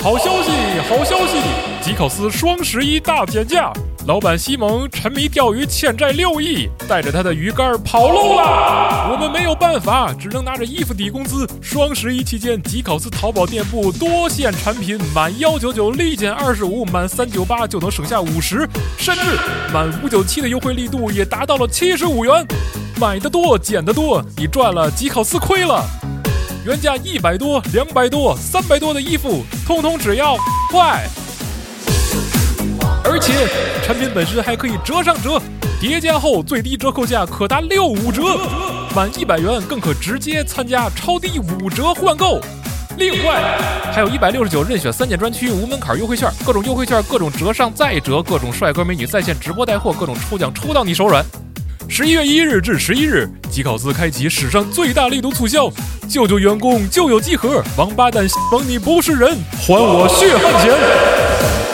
好消息，好消息！吉考斯双11大减价，老板西蒙沉迷钓鱼欠债6亿，带着他的鱼竿跑路了。我们没有办法，只能拿着衣服抵工资。双11期间，吉考斯淘宝店铺多线产品满199立减25，满398就能省下50，甚至满597的优惠力度也达到了75元。买的多，减的多，你赚了，吉考斯亏了。原价100多、200多、300多的衣服，通通只要块。而且产品本身还可以折上折，叠加后最低折扣价可达65折，满100元更可直接参加超低5折换购。另外还有169任选3件专区无门槛优惠券，各种优惠券，各种折上再折，各种帅哥美女在线直播带货，各种抽奖抽到你手软。11月1日至11日，吉考斯开启史上最大力度促销，救救员工就有集合，王八蛋蒙你不是人，还我血汗钱！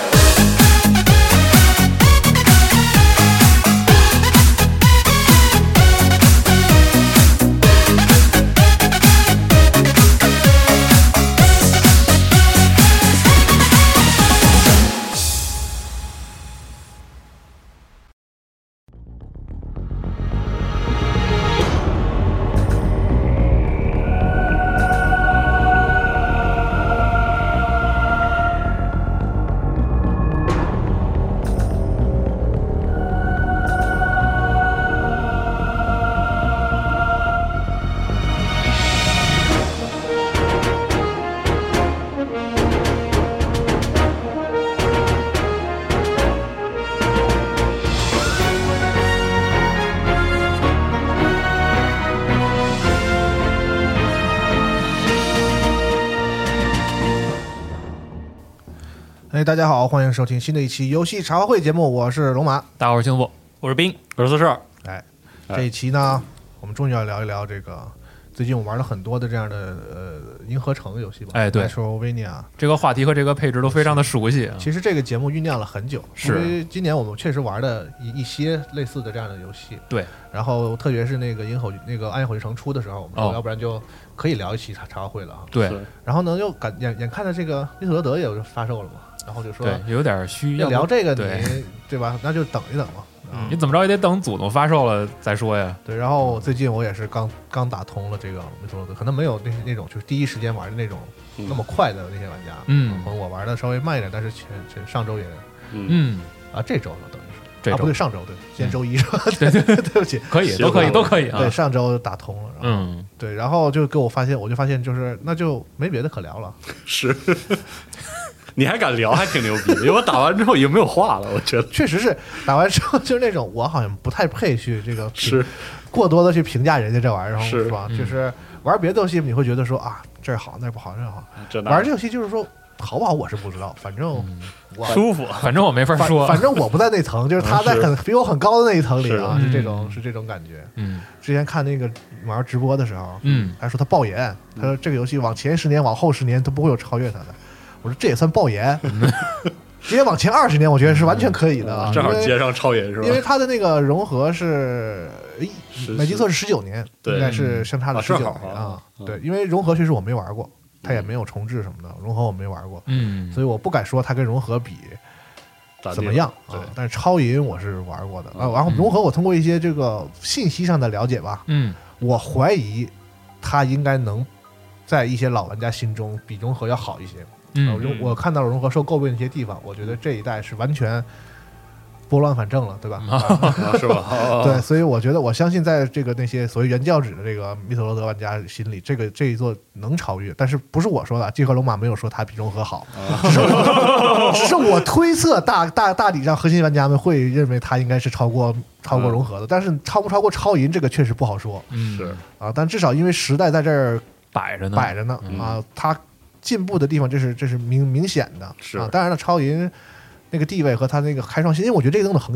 大家好，欢迎收听新的一期游戏茶话会节目，我是龙马。 大家好，我是幸福， 我是冰，我是四十。 这一期呢，我们终于要聊一聊这个最近我玩了很多的这样的银河城游戏吧。 对 Metrovania 这个话题和这个配置都非常的熟悉。 其实这个节目酝酿了很久，因为今年我们确实玩的一些类似的这样的游戏。 对， 然后特别是那个暗夜火炬城出的时候，我们说要不然就可以聊一期茶话会了啊。 对， 然后呢又眼看着这个密特罗德也发售了嘛。然后就说对，有点需要聊这个对吧？那就等一等嘛。 你怎么着也得等祖宗发售了再说呀。 对，然后最近我也是刚打通了这个密特罗德，可能没有那种就是第一时间玩的那种那么快的那些玩家。可能我玩的稍微慢一点，但是上周也这周了等于是这周不对，上周对，今天周一是吧？ 对对不起， 可以都可以啊。 对，上周打通了，然后对，然后就给我发现就是那就没别的可聊了。 是。你还敢聊，还挺牛逼的。因为我打完之后已经没有话了，我觉得确实是打完之后就是那种我好像不太配去这个是过多的去评价人家这玩意儿， 是吧？就是玩别的游戏你会觉得说啊这儿好那儿不好这儿好，玩这游戏就是说好不好我是不知道，反正我舒服， 反正我没法说， 反正我不在那层，就是他在比我很高的那一层里啊，是这种感觉。之前看那个玩直播的时候，他说他爆言，他说这个游戏往前10年往后10年都不会有超越他的。我说这也算爆言，直接往前20年，我觉得是完全可以的， 正好接上超言是吧？ 因为它的那个融合是，没记错是19年，应该是相差了19年啊。对，因为融合确实我没玩过，它也没有重置什么的，融合我没玩过，所以我不敢说它跟融合比怎么样啊。但是超银我是玩过的啊，然后融合我通过一些这个信息上的了解吧，我怀疑它应该能在一些老玩家心中比融合要好一些。我看到了融合受诟病的一些地方，我觉得这一代是完全拨乱反正了，对吧？ 是吧？ 对，所以我相信在这个那些所谓原教旨的这个密特罗德玩家心里，这一座能超越，但是不是我说的，集合龙马没有说它比融合好，只是我推测大体上核心玩家们会认为它应该是超过融合的，但是超不超过超银这个确实不好说。 是啊，但至少因为时代在这儿摆着呢啊，它进步的地方这是明显的， 是啊。当然了，超银那个地位和他那个开创性，因为我觉得这个东西横向比，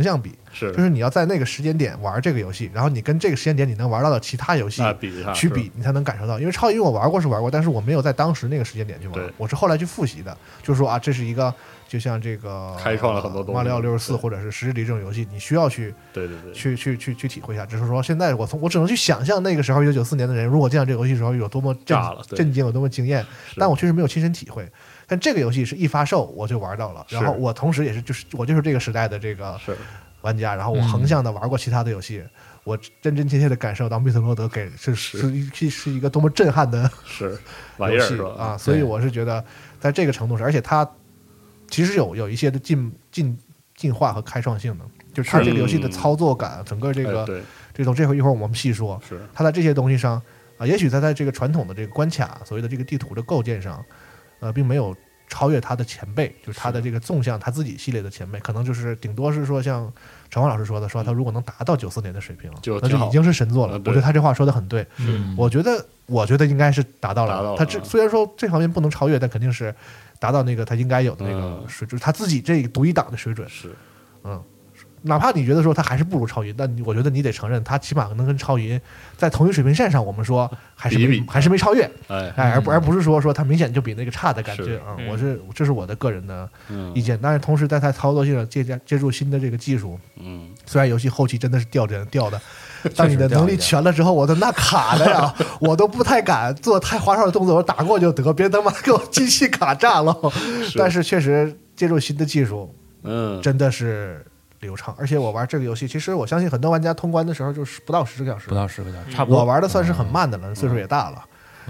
就是你要在那个时间点玩这个游戏，然后你跟这个时间点你能玩到的其他游戏去比，你才能感受到。因为超音我玩过，但是我没有在当时那个时间点去玩，我是后来去复习的，就是说啊，这是一个就像这个开创了很多东西， 马里奥64或者是石之离这种游戏，你需要去去体会一下。只是说现在我只能去想象那个时候1994年的人如果见到这个游戏的时候有多么震惊，有多么惊艳，但我确实没有亲身体会。但这个游戏是一发售我就玩到了，然后我同时也是我就是这个时代的这个玩家，然后我横向的玩过其他的游戏，我真真切切的感受到密特罗德是一个多么震撼的玩意儿啊！所以我是觉得在这个程度上，而且它其实有一些的进化和开创性的，就是它这个游戏的操作感，整个这个这会一会儿我们细说，它在这些东西上啊，也许它在这个传统的这个关卡所谓的这个地图的构建上。并没有超越他的前辈，就是他的这个纵向他自己系列的前辈，可能就是顶多是说像陈华老师说的，说他如果能达到94年的水平，那就已经是神作了。我觉得他这话说的很对，我觉得应该是达到了。他虽然说这方面不能超越，但肯定是达到那个他应该有的那个水准，他自己这个独一档的水准。哪怕你觉得说他还是不如超银，但我觉得你得承认他起码能跟超银在同一水平线上，我们说还是没超越，而不是说他明显就比那个差的感觉啊。这是我的个人的意见，但是同时在他操作性上借助新的这个技术，虽然游戏后期真的是掉的，当你的能力全了之后，我的那卡的呀，我都不太敢做太花哨的动作，我打过就得，别他妈给我机器卡炸了。但是确实借助新的技术，真的是。流畅，而且我玩这个游戏，其实我相信很多玩家通关的时候就是不到10个小时， 差不多。 我玩的算是很慢的了，岁数也大了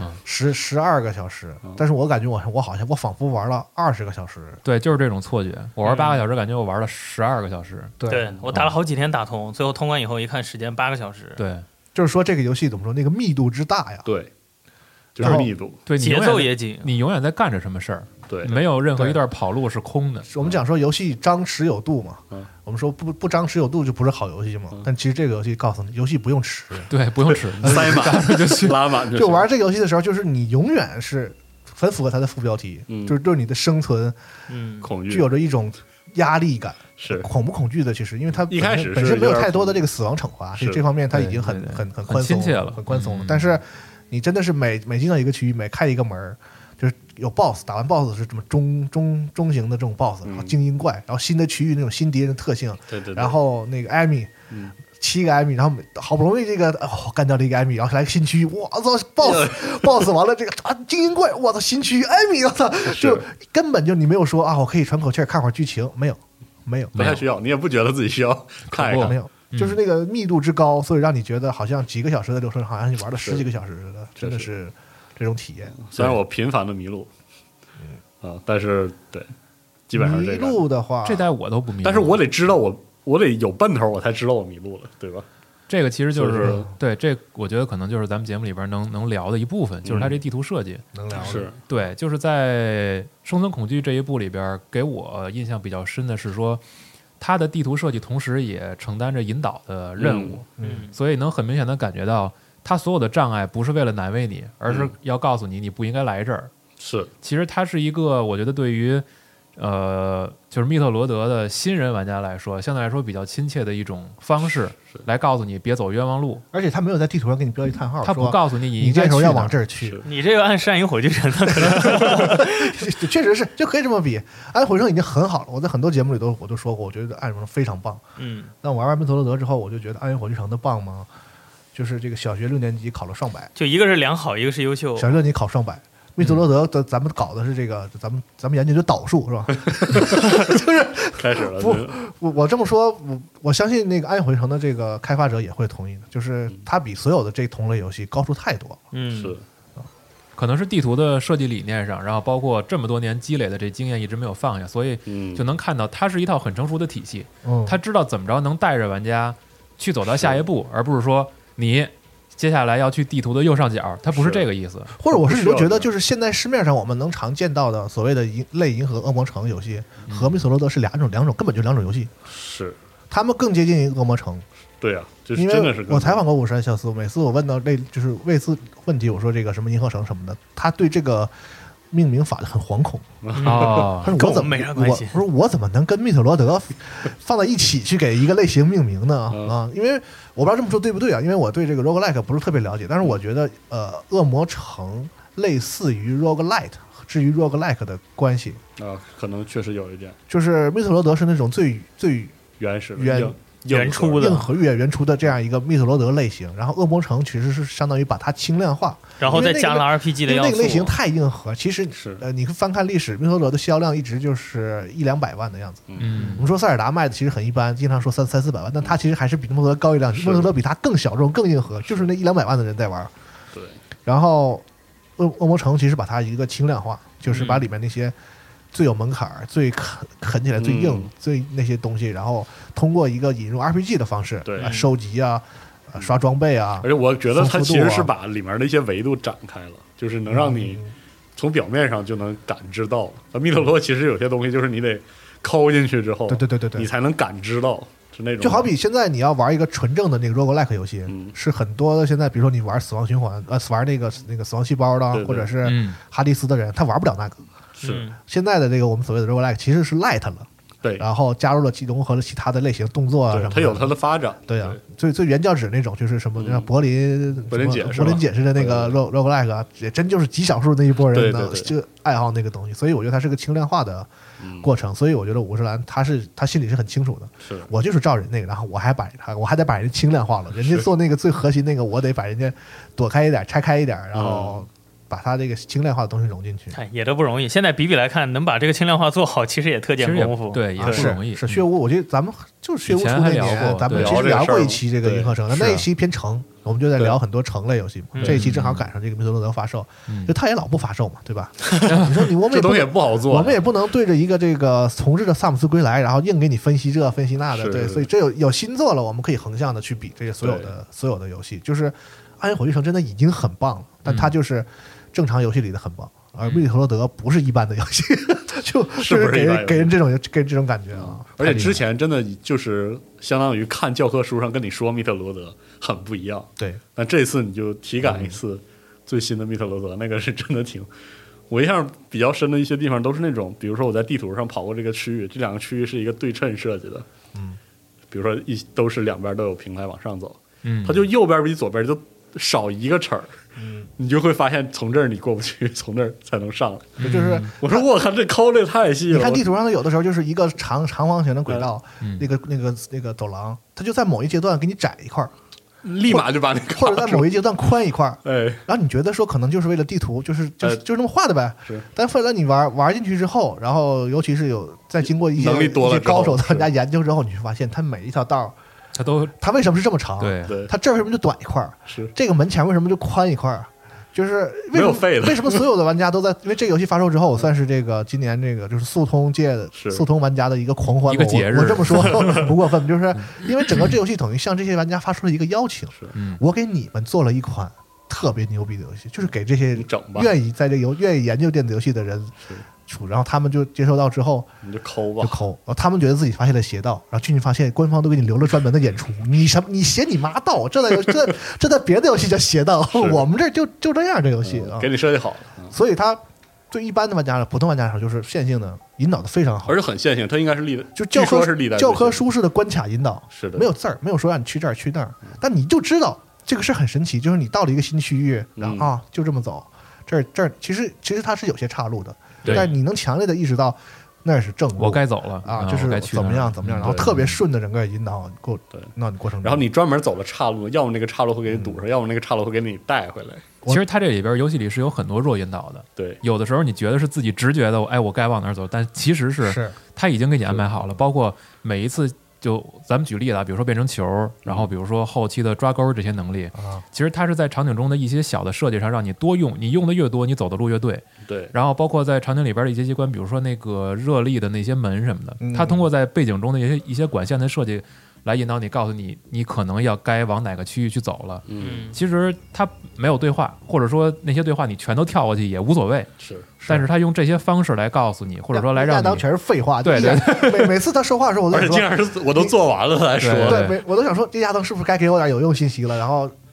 ，12个小时。但是我感觉我好像我仿佛玩了20个小时。 对，就是这种错觉。我玩8个小时，感觉我玩了12个小时。 对，我打了好几天打通，最后通关以后一看时间8个小时。 对， 就是说这个游戏怎么说，那个密度之大呀。 对，就是密度。 对， 节奏也紧， 你永远在干着什么事儿。 对， 没有任何一段跑路是空的。 我们讲说游戏张弛有度嘛，我们说不张弛有度就不是好游戏嘛。但其实这个游戏告诉你，游戏不用弛， 对，不用弛， 塞满就行，拉满就玩这个游戏的时候，就是你永远是很符合它的副标题，就是对你的生存， 恐惧具有着一种压力感， 是恐不恐惧的？其实因为它一开始本身没有太多的这个死亡惩罚，所以这方面它已经很宽松了， 很宽松了。但是你真的是每进到一个区域，每开一个门。就是有 BOSS， 打完 BOSS 是这么中型的这种 BOSS， 然后精英怪，然后新的区域那种新敌人特性， 对， 然后那个艾米，7个艾米，然后好不容易这个干掉了一个艾米，然后来个新区域，我操 BOSS 完了这个精英怪，我操新区域艾米，我操就根本就你没有说啊，我可以喘口气看会儿剧情，没有， 不太需要，你也不觉得自己需要看一看， 没有，就是那个密度之高，所以让你觉得好像几个小时的流程，好像你玩了10几个小时似的，真的是。这种体验， 虽然我频繁的迷路，但是对，基本上迷路的话， 这代我都不迷路， 但是我得知道我得有奔头，我才知道我迷路了，对吧？ 这个其实就是对这，我觉得可能就是咱们节目里边能聊的一部分，就是它这地图设计能聊是对，就是在生存恐惧这一部里边，给我印象比较深的是说，它的地图设计同时也承担着引导的任务，所以能很明显的感觉到。它所有的障碍不是为了难为你，而是要告诉你你不应该来这儿。 是， 其实它是一个，我觉得对于就是密特罗德的新人玩家来说，相对来说比较亲切的一种方式，来告诉你别走冤枉路。 而且他没有在地图上给你标一叹号， 他不告诉你你这时候要往这儿去。 你这个按山影火炬城的可能确实是就可以这么比。暗影火炬城已经很好了，我在很多节目里我都说过，我觉得暗影火炬城非常棒。但我玩完密特罗德之后，我就觉得暗影火炬城的棒吗？就是这个小学6年级考了上百， 就一个是良好，一个是优秀。 小学6年级考上百，密特罗德的咱们搞的是这个，咱们研究的导数是吧？就是开始了。 我这么说，我相信那个暗影火炬城的这个开发者也会同意的，就是它比所有的这同类游戏高出太多。 是， 可能是地图的设计理念上，然后包括这么多年积累的这经验一直没有放下，所以就能看到它是一套很成熟的体系。它知道怎么着能带着玩家去走到下一步，而不是说。你接下来要去地图的右上角，它不是这个意思。 或者我是觉得，就是现在市面上我们能常见到的所谓的类银河恶魔城游戏和密特罗德是两种根本就两种游戏。 是， 他们更接近于恶魔城。 对啊，就是真的是。 我采访过五山孝司，每次我问到就是类似问题，我说这个什么银河城什么的，他对这个命名法很惶恐啊。 他说我怎么没啥关系？ 我说我怎么能跟密特罗德放在一起去给一个类型命名呢？啊，因为我不知道这么说对不对啊？因为我对这个 roguelike 不是特别了解，但是我觉得恶魔城类似于 roguelite。至于 roguelike 的关系可能确实有一点， 就是密特罗德是那种最原始原初的硬核原初的这样一个密特罗德类型，然后恶魔城其实是相当于把它轻量化， 然后再加了 RPG 的要素。 那个类型太硬核，其实你翻看历史，密特罗德的销量一直就是100-200万的样子。我们说塞尔达卖的其实很一般，经常说300-400万，但它其实还是比密特罗德高一量级。密特罗德比它更小众、更硬核，就是那100-200万的人在玩。 对， 然后。恶魔城其实把它一个轻量化，就是把里面那些最有门槛、最啃起来最硬、最那些东西，然后通过一个引入 RPG 的方式，收集啊、刷装备啊。 而且我觉得它其实是把里面的一些维度展开了，就是能让你从表面上就能感知到。密特罗其实有些东西就是你得抠进去之后， 对， 你才能感知到。 就好比现在你要玩一个纯正的那个 roguelike 游戏，是很多的。现在比如说你玩死亡循环，玩那个死亡细胞的，或者是哈迪斯的人，他玩不了那个。 是现在的这个我们所谓的 roguelike 其实是 light 了， 对， 然后加入了融合了其他的类型动作啊什么的， 它有它的发展。 对啊，最原教旨那种就是什么像柏林解释的那个 roguelike， 也真就是极少数那一波人的就爱好那个东西，所以我觉得它是个轻量化的过程，所以我觉得五十岚他心里是很清楚的，我就是照人那个，然后我还得把人轻量化了，人家做那个最核心那个，我得把人家躲开一点、拆开一点，然后把它这个轻量化的东西融进去， 也都不容易。现在比来看，能把这个轻量化做好，其实也特见功夫。 对，也不容易。 是血污，我觉得咱们就是血污出那年，咱们其实聊过一期这个银河城，那一期偏城，我们就在聊很多城类游戏嘛。这一期正好赶上这个密特罗德发售，就他也老不发售嘛，对吧？你说我们这东西也不好做， 我们也不能对着一个这个重置的萨姆斯归来，然后硬给你分析这分析那的，对，所以这有新作了，我们可以横向的去比这些所有的游戏。就是《暗影火炬城》真的已经很棒了，但它就是正常游戏里的很棒，而密特罗德不是一般的游戏，就是给人这种感觉啊！ 而且之前真的就是相当于看教科书上跟你说密特罗德很不一样， 对。 但这次你就体感一次最新的密特罗德，那个是真的我印象比较深的一些地方都是那种，比如说我在地图上跑过这个区域，这两个区域是一个对称设计的，比如说都是两边都有平台往上走，它就右边比左边就少一个齿儿。你就会发现从这儿你过不去，从这儿才能上来。 就是我说我靠，这抠的太细了。 你看地图上它有的时候就是一个长方形的轨道，那个走廊，它就在某一阶段给你窄一块， 立马就把那个或者在某一阶段宽一块， 哎， 然后你觉得说可能就是为了地图，就这么画的呗。 是， 但后来你玩进去之后，然后尤其是有在经过一些高手他们家研究之后，你会发现它每一条道。它为什么是这么长？ 对， 它这儿为什么就短一块？ 是这个门前为什么就宽一块？就是为什么所有的玩家都在？因为这个游戏发售之后，我算是这个今年这个就是速通玩家的一个狂欢， 一个节日。 我这么说不过分，就是因为整个这游戏等于向这些玩家发出了一个邀请，我给你们做了一款特别牛逼的游戏，就是给这些愿意在这愿意研究电子游戏的人。然后他们就接受到之后， 你就抠吧， 然后他们觉得自己发现了邪道，然后进去发现官方都给你留了专门的演出，你邪你妈道，这在别的游戏叫邪道，我们这就这样，这游戏给你设计好了， 所以它对一般的玩家、普通玩家来说就是线性的引导的非常好， 而且很线性，它应该是就教科书式的关卡引导， 是的， 没有字儿，没有说让你去这儿去那儿，但你就知道这个事很神奇，就是你到了一个新区域，然后就这么走，这儿其实它是有些岔路的。但你能强烈的意识到那是正路， 我该走了啊，就是怎么样，然后特别顺的整个引导过程中， 然后你专门走了岔路，要么那个岔路会给你堵上，要么那个岔路会给你带回来。 其实它这里边游戏里是有很多弱引导的， 对， 有的时候你觉得是自己直觉的，我该往哪儿走，但其实是他已经给你安排好了，包括每一次。就咱们举例了，比如说变成球，然后比如说后期的抓钩这些能力，其实它是在场景中的一些小的设计上让你多用，你用的越多，你走的路越对。 对。 然后包括在场景里边的一些机关，比如说那个热力的那些门什么的，它通过在背景中的一些管线的设计来引导你，告诉你你可能该往哪个区域去走了。其实它没有对话，或者说那些对话你全都跳过去也无所谓。但是他用这些方式来告诉你，或者说来让你当全是废话。 对， 每次他说话的时候，我都而且竟然是我都做完了来说， 对，我都想说，这家灯是不是该给我点有用信息了？然后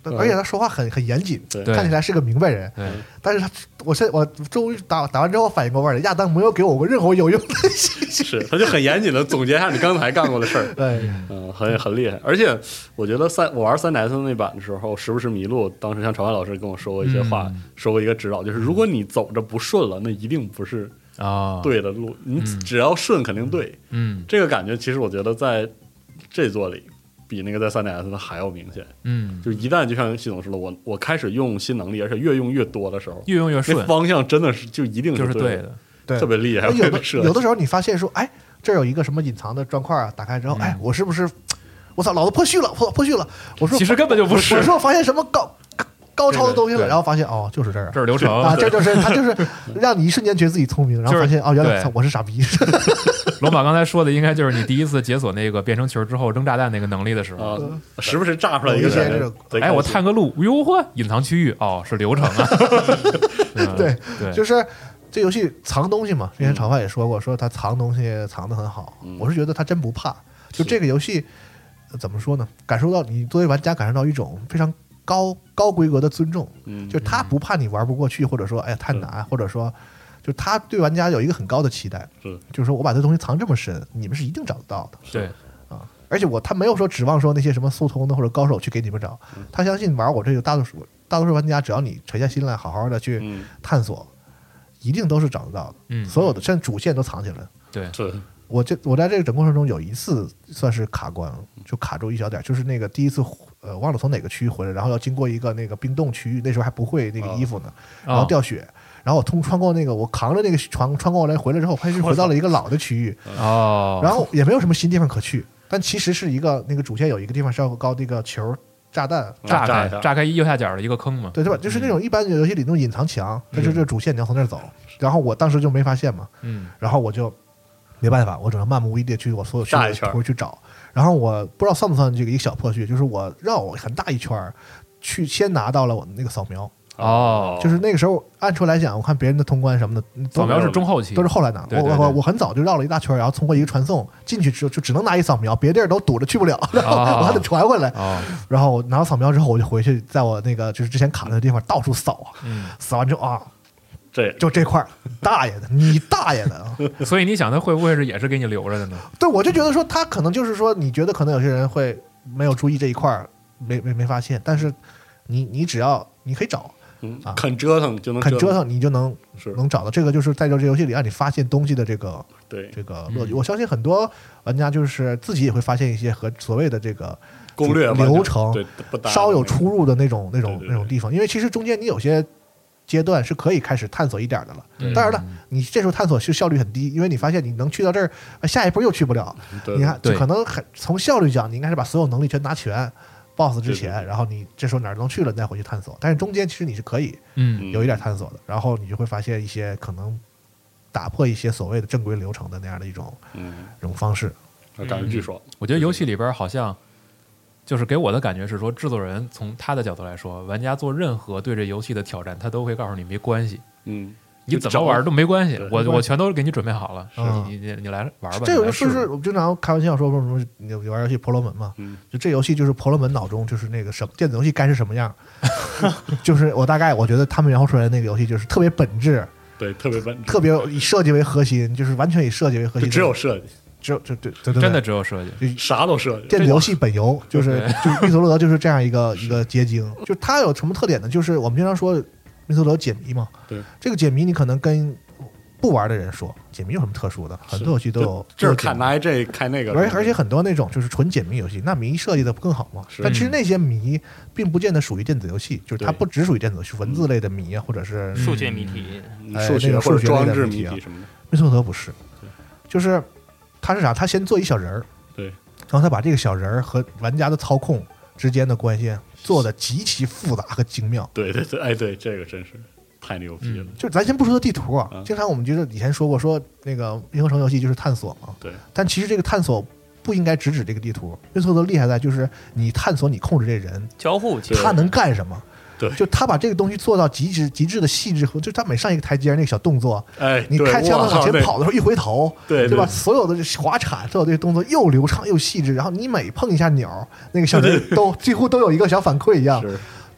而且他说话很严谨，看起来是个明白人。但是我终于打完之后反应过味儿了，亚当没有给我任何有用的信息。 是，他就很严谨的总结一下你刚才干过的事儿。 对， 很厉害。而且我觉得我玩3DS 那版的时候，时不时迷路。当时像传万老师跟我说过一些话，说过一个指导，就是如果你走着不顺了，那一定不是对的路。你只要顺肯定对。这个感觉其实我觉得在这座里比那个在3DS 的还要明显。就一旦就像系统说的，我开始用新能力，而且越用越多的时候， 越用越顺， 那方向真的是就一定是对的， 对， 特别厉害。 有的时候你发现说，哎，这有一个什么隐藏的砖块啊，打开之后，哎，我是不是我操，老子破序了。我说其实根本就不是。 我说我发现什么高超的东西了，然后发现哦，就是这儿， 这是流程啊，这就是他就是让你一瞬间觉得自己聪明，然后发现哦，原来我是傻逼。 龙马刚才说的应该就是你第一次解锁那个变成球之后扔炸弹那个能力的时候， 时不时炸出来一个人， 哎，我探个路，哟呵，隐藏区域，哦，是流程啊。 对，就是这游戏藏东西嘛，之前炒饭也说过，说他藏东西藏得很好，我是觉得他真不怕。就这个游戏怎么说呢？感受到你作为玩家感受到一种非常高规格的尊重，就是他不怕你玩不过去，或者说哎呀太难，或者说就他对玩家有一个很高的期待，就是说我把这东西藏这么深，你们是一定找得到的。 对啊，而且他没有说指望说那些什么速通的或者高手去给你们找，他相信玩我这个大多数玩家，只要你沉下心来，好好的去探索，一定都是找得到的。所有的甚至主线都藏起来了。 对， 我在这个整过程中有一次算是卡关了，就卡住一小点，就是那个第一次忘了从哪个区域回来，然后要经过一个那个冰冻区域，那时候还不会那个衣服呢，然后掉血，然后我穿过那个，我扛着那个船穿过来回来之后，还是回到了一个老的区域，然后也没有什么新地方可去，但其实是一个那个主线有一个地方是要搞那个球炸弹炸开右下角的一个坑嘛， 对吧？就是那种一般游戏里那种隐藏墙，但是这主线你要从那儿走，然后我当时就没发现嘛，然后我就没办法，我只能漫无目的去我所有图去找，然后我不知道算不算这个一个小破序，就是我绕我很大一圈去先拿到了我的那个扫描。就是那个时候按说来讲，我看别人的通关什么的， 扫描是中后期， 都是后来拿的。我很早就绕了一大圈，然后通过一个传送进去之后，就只能拿一扫描，别地儿都堵着去不了，然后我还得传回来。然后拿到扫描之后，我就回去在我那个就是之前卡那个地方到处扫扫完之后啊，就这块大爷的，你大爷的！ 所以你想他会不会是也是给你留着的呢？ 对，我就觉得说他可能就是说，你觉得可能有些人会没有注意这一块，没发现，但是你只要你可以找。 肯折腾就能你就能找到。这个就是在这游戏里让你发现东西的这个乐趣。我相信很多玩家就是自己也会发现一些和所谓的这个攻略流程稍有出入的那种地方，因为其实中间你有些阶段是可以开始探索一点的了。当然了，你这时候探索是效率很低，因为你发现你能去到这儿，下一步又去不了。你看，就可能从效率讲，你应该是把所有能力全拿全。BOSS 之前，然后你这时候哪儿能去了，你再回去探索。但是中间其实你是可以，有一点探索的。然后你就会发现一些可能打破一些所谓的正规流程的那样的一种方式， 感觉巨爽。 我觉得游戏里边好像就是给我的感觉是说，制作人从他的角度来说，玩家做任何对这游戏的挑战，他都会告诉你没关系，你怎么玩都没关系，我全都给你准备好了，你来玩吧。 这有就是我经常开玩笑说什么你玩游戏婆罗门嘛，就这游戏就是婆罗门脑中就是那个什么电子游戏该是什么样，就是我觉得他们描述出来的那个游戏就是特别本质， 对，特别本质， 特别以设计为核心，就是完全以设计为核心， 只有设计。 对， 真的只有设计， 啥都设计。 电子游戏本游就是密特罗德就是这样一个结晶，就它有什么特点呢？就是我们经常说。密特罗解谜嘛， 对这个解谜，你可能跟不玩的人说，解谜有什么特殊的？很多游戏都有， 这是开这开那个， 而且很多那种就是纯解谜游戏，那谜设计的不更好吗？但其实那些谜并不见得属于电子游戏，就是它不只属于电子游戏，文字类的谜啊，或者是数学谜题、 数学或者装置谜题什么的。 密特罗德不是，就是他是啥？他先做一小人儿， 对， 然后他把这个小人儿和玩家的操控之间的关系做的极其复杂和精妙。 对，哎，对，这个真是太牛逼了。 就咱先不说地图啊，经常我们就是以前说过，说那个银河城游戏就是探索嘛。 对。 但其实这个探索不应该只指这个地图，密特罗德厉害在就是你探索你控制这人交互， 他能干什么。 对， 就他把这个东西做到极致的细致，就他每上一个台阶那个小动作， 哎， 你开枪往前跑的时候一回头， 对吧？所有的滑铲，所有这些动作又流畅又细致，然后你每碰一下钮，那个小人都几乎都有一个小反馈一样，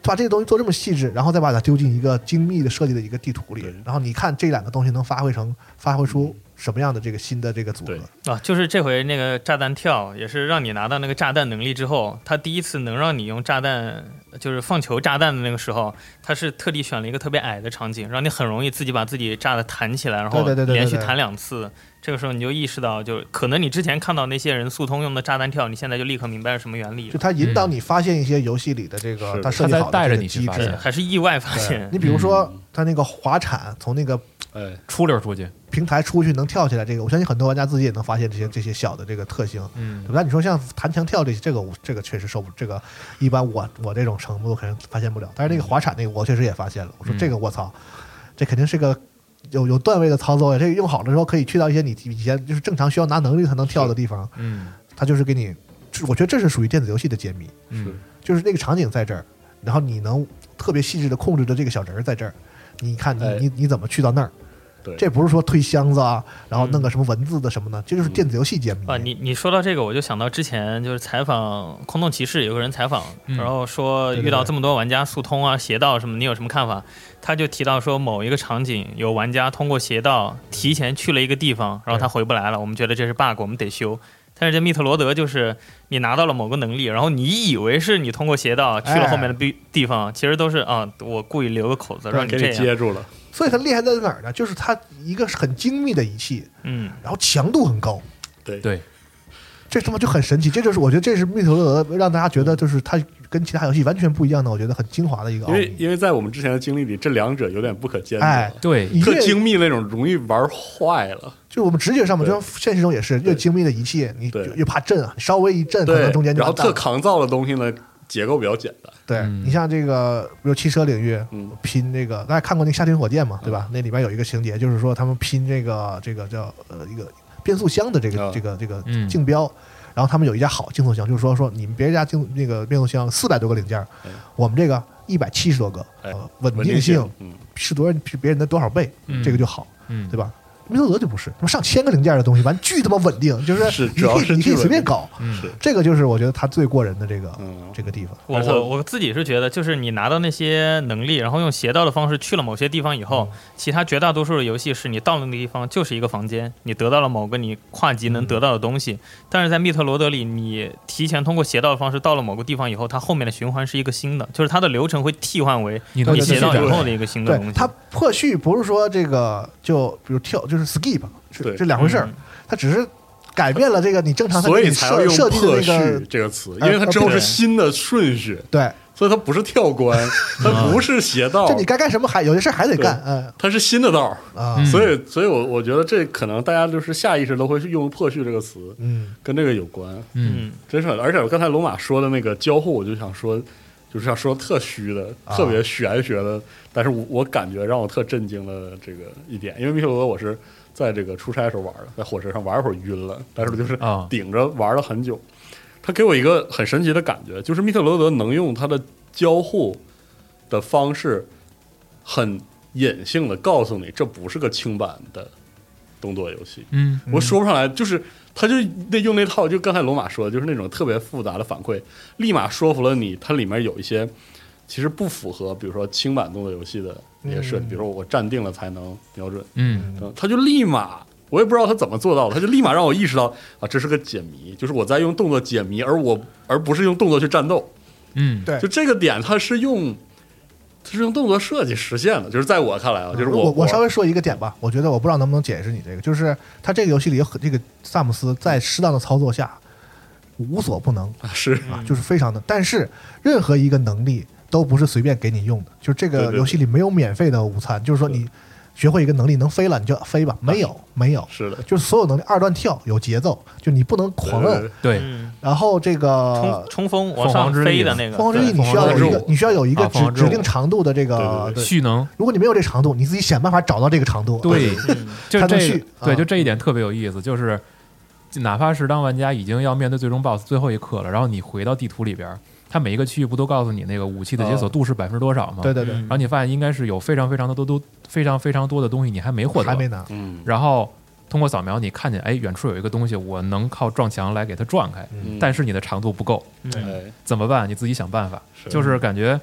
把这个东西做这么细致，然后再把它丢进一个精密的设计的一个地图里，然后你看这两个东西能发挥出什么样的这个新的这个组合啊？就是这回那个炸弹跳也是让你拿到那个炸弹能力之后，他第一次能让你用炸弹，就是放球炸弹的那个时候，他是特地选了一个特别矮的场景，让你很容易自己把自己炸的弹起来，然后连续弹2次。这个时候你就意识到，就可能你之前看到那些人速通用的炸弹跳，你现在就立刻明白是什么原理。 就他引导你发现一些游戏里的这个他设计好的这个机制， 还是意外发现。 你比如说他那个滑铲从那个出溜出去平台出去能跳起来，这个我相信很多玩家自己也能发现这些小的这个特性，对吧？你说像弹墙跳这个确实这个一般我这种程度可能发现不了，但是那个滑铲那个我确实也发现了，我说这个我操，这肯定是个有段位的操作呀，这个用好的时候可以去到一些你以前就是正常需要拿能力才能跳的地方，它就是给你，我觉得这是属于电子游戏的解谜，就是那个场景在这儿，然后你能特别细致的控制着这个小人在这儿，你看你怎么去到那儿。这不是说推箱子啊，然后弄个什么文字的什么的，这就是电子游戏解谜啊！你说到这个，我就想到之前就是采访《空洞骑士》，有个人采访，然后说遇到这么多玩家速通啊、邪道什么，你有什么看法？他就提到说某一个场景有玩家通过邪道提前去了一个地方，然后他回不来了，我们觉得这是 bug， 我们得修。但是这密特罗德就是你拿到了某个能力，然后你以为是你通过邪道去了后面的地方，其实都是我故意留个口子让你这样接住了。 所以它厉害在哪儿呢？就是它一个很精密的仪器，然后强度很高， 对， 这他妈就很神奇。这就是我觉得这是密特罗德让大家觉得就是它跟其他游戏完全不一样的，我觉得很精华的一个奥秘。 因为在我们之前的经历里，这两者有点不可兼得。 对， 特精密那种容易玩坏了。 就我们直觉上嘛，就像现实中也是，越精密的仪器，你越怕震啊，稍微一震，可能中间就然后特抗造的东西呢，结构比较简单。 对，你像这个，比如汽车领域，拼这个，大家看过那个夏天火箭嘛，对吧？那里边有一个情节，就是说他们拼这个叫一个变速箱的这个竞标，然后他们有一家好竞速箱，就是说你们别人家那个变速箱400多个零件，我们这个170多个，稳定性是别人的多少倍，这个就好，对吧？密特罗德就不是，他妈上千个零件的东西，完巨他妈稳定，就是你可以随便搞，这个就是我觉得他最过人的这个地方。 我自己是觉得，就是你拿到那些能力，然后用邪道的方式去了某些地方以后，其他绝大多数的游戏是你到了那个地方就是一个房间，你得到了某个你跨级能得到的东西，但是在密特罗德里，你提前通过邪道的方式到了某个地方以后，它后面的循环是一一个新的，就是它的流程会替换为你邪道以后的一个新的东西。 它破序不是说这个就比如跳就是 skip， 这两回事儿，它只是改变了这个你正常所以才要用设计的那个这个词，因为它之后是新的顺序， 对， 所以它不是跳关，它不是邪道， 就你该干什么有些事还得干， 它是新的道啊，所以我觉得这可能大家就是下意识都会用破序这个词，跟这个有关，真是，而且我刚才罗马说的那个交互，我就想说。就是要说特虚的、特别玄学的，但是我感觉让我特震惊的这个一点，因为密特罗德我是在这个出差的时候玩的，在火车上玩一会儿晕了，但是就是顶着玩了很久。他给我一个很神奇的感觉，就是密特罗德能用他的交互的方式，很隐性的告诉你这不是个轻版的动作游戏。我说不上来，就是他就用那套，就刚才罗马说的，就是那种特别复杂的反馈，立马说服了你。它里面有一些其实不符合，比如说轻版动作游戏的那些设计，比如说我站定了才能瞄准，他就立马，我也不知道他怎么做到的，他就立马让我意识到啊，这是个解谜，就是我在用动作解谜，而不是用动作去战斗。 对， 就这个点，它是用动作设计实现的，就是在我看来啊，就是我稍微说一个点吧，我觉得我不知道能不能解释你这个，就是他这个游戏里有这个萨姆斯在适当的操作下无所不能， 是啊，就是非常的，但是任何一个能力都不是随便给你用的，就是这个游戏里没有免费的午餐，就是说你学会一个能力能飞了你就飞吧，没有， 是的， 就是所有能力二段跳有节奏，就你不能狂摁， 对。 然后这个冲锋往上飞的那个凤凰之翼，你需要有一个指定长度的这个蓄能， 如果你没有这长度，你自己想办法找到这个长度， 对，就这这一点特别有意思，就是哪怕是当玩家已经要面对最终 BOSS 最后一刻了，然后你回到地图里边，它每一个区域不都告诉你那个武器的解锁度是%多少吗？ 对， 然后你发现应该是有非常非常多的东西你还没获得， 还没拿， 然后通过扫描你看见哎远处有一个东西，我能靠撞墙来给它撞开，但是你的长度不够，怎么办？你自己想办法。就是感觉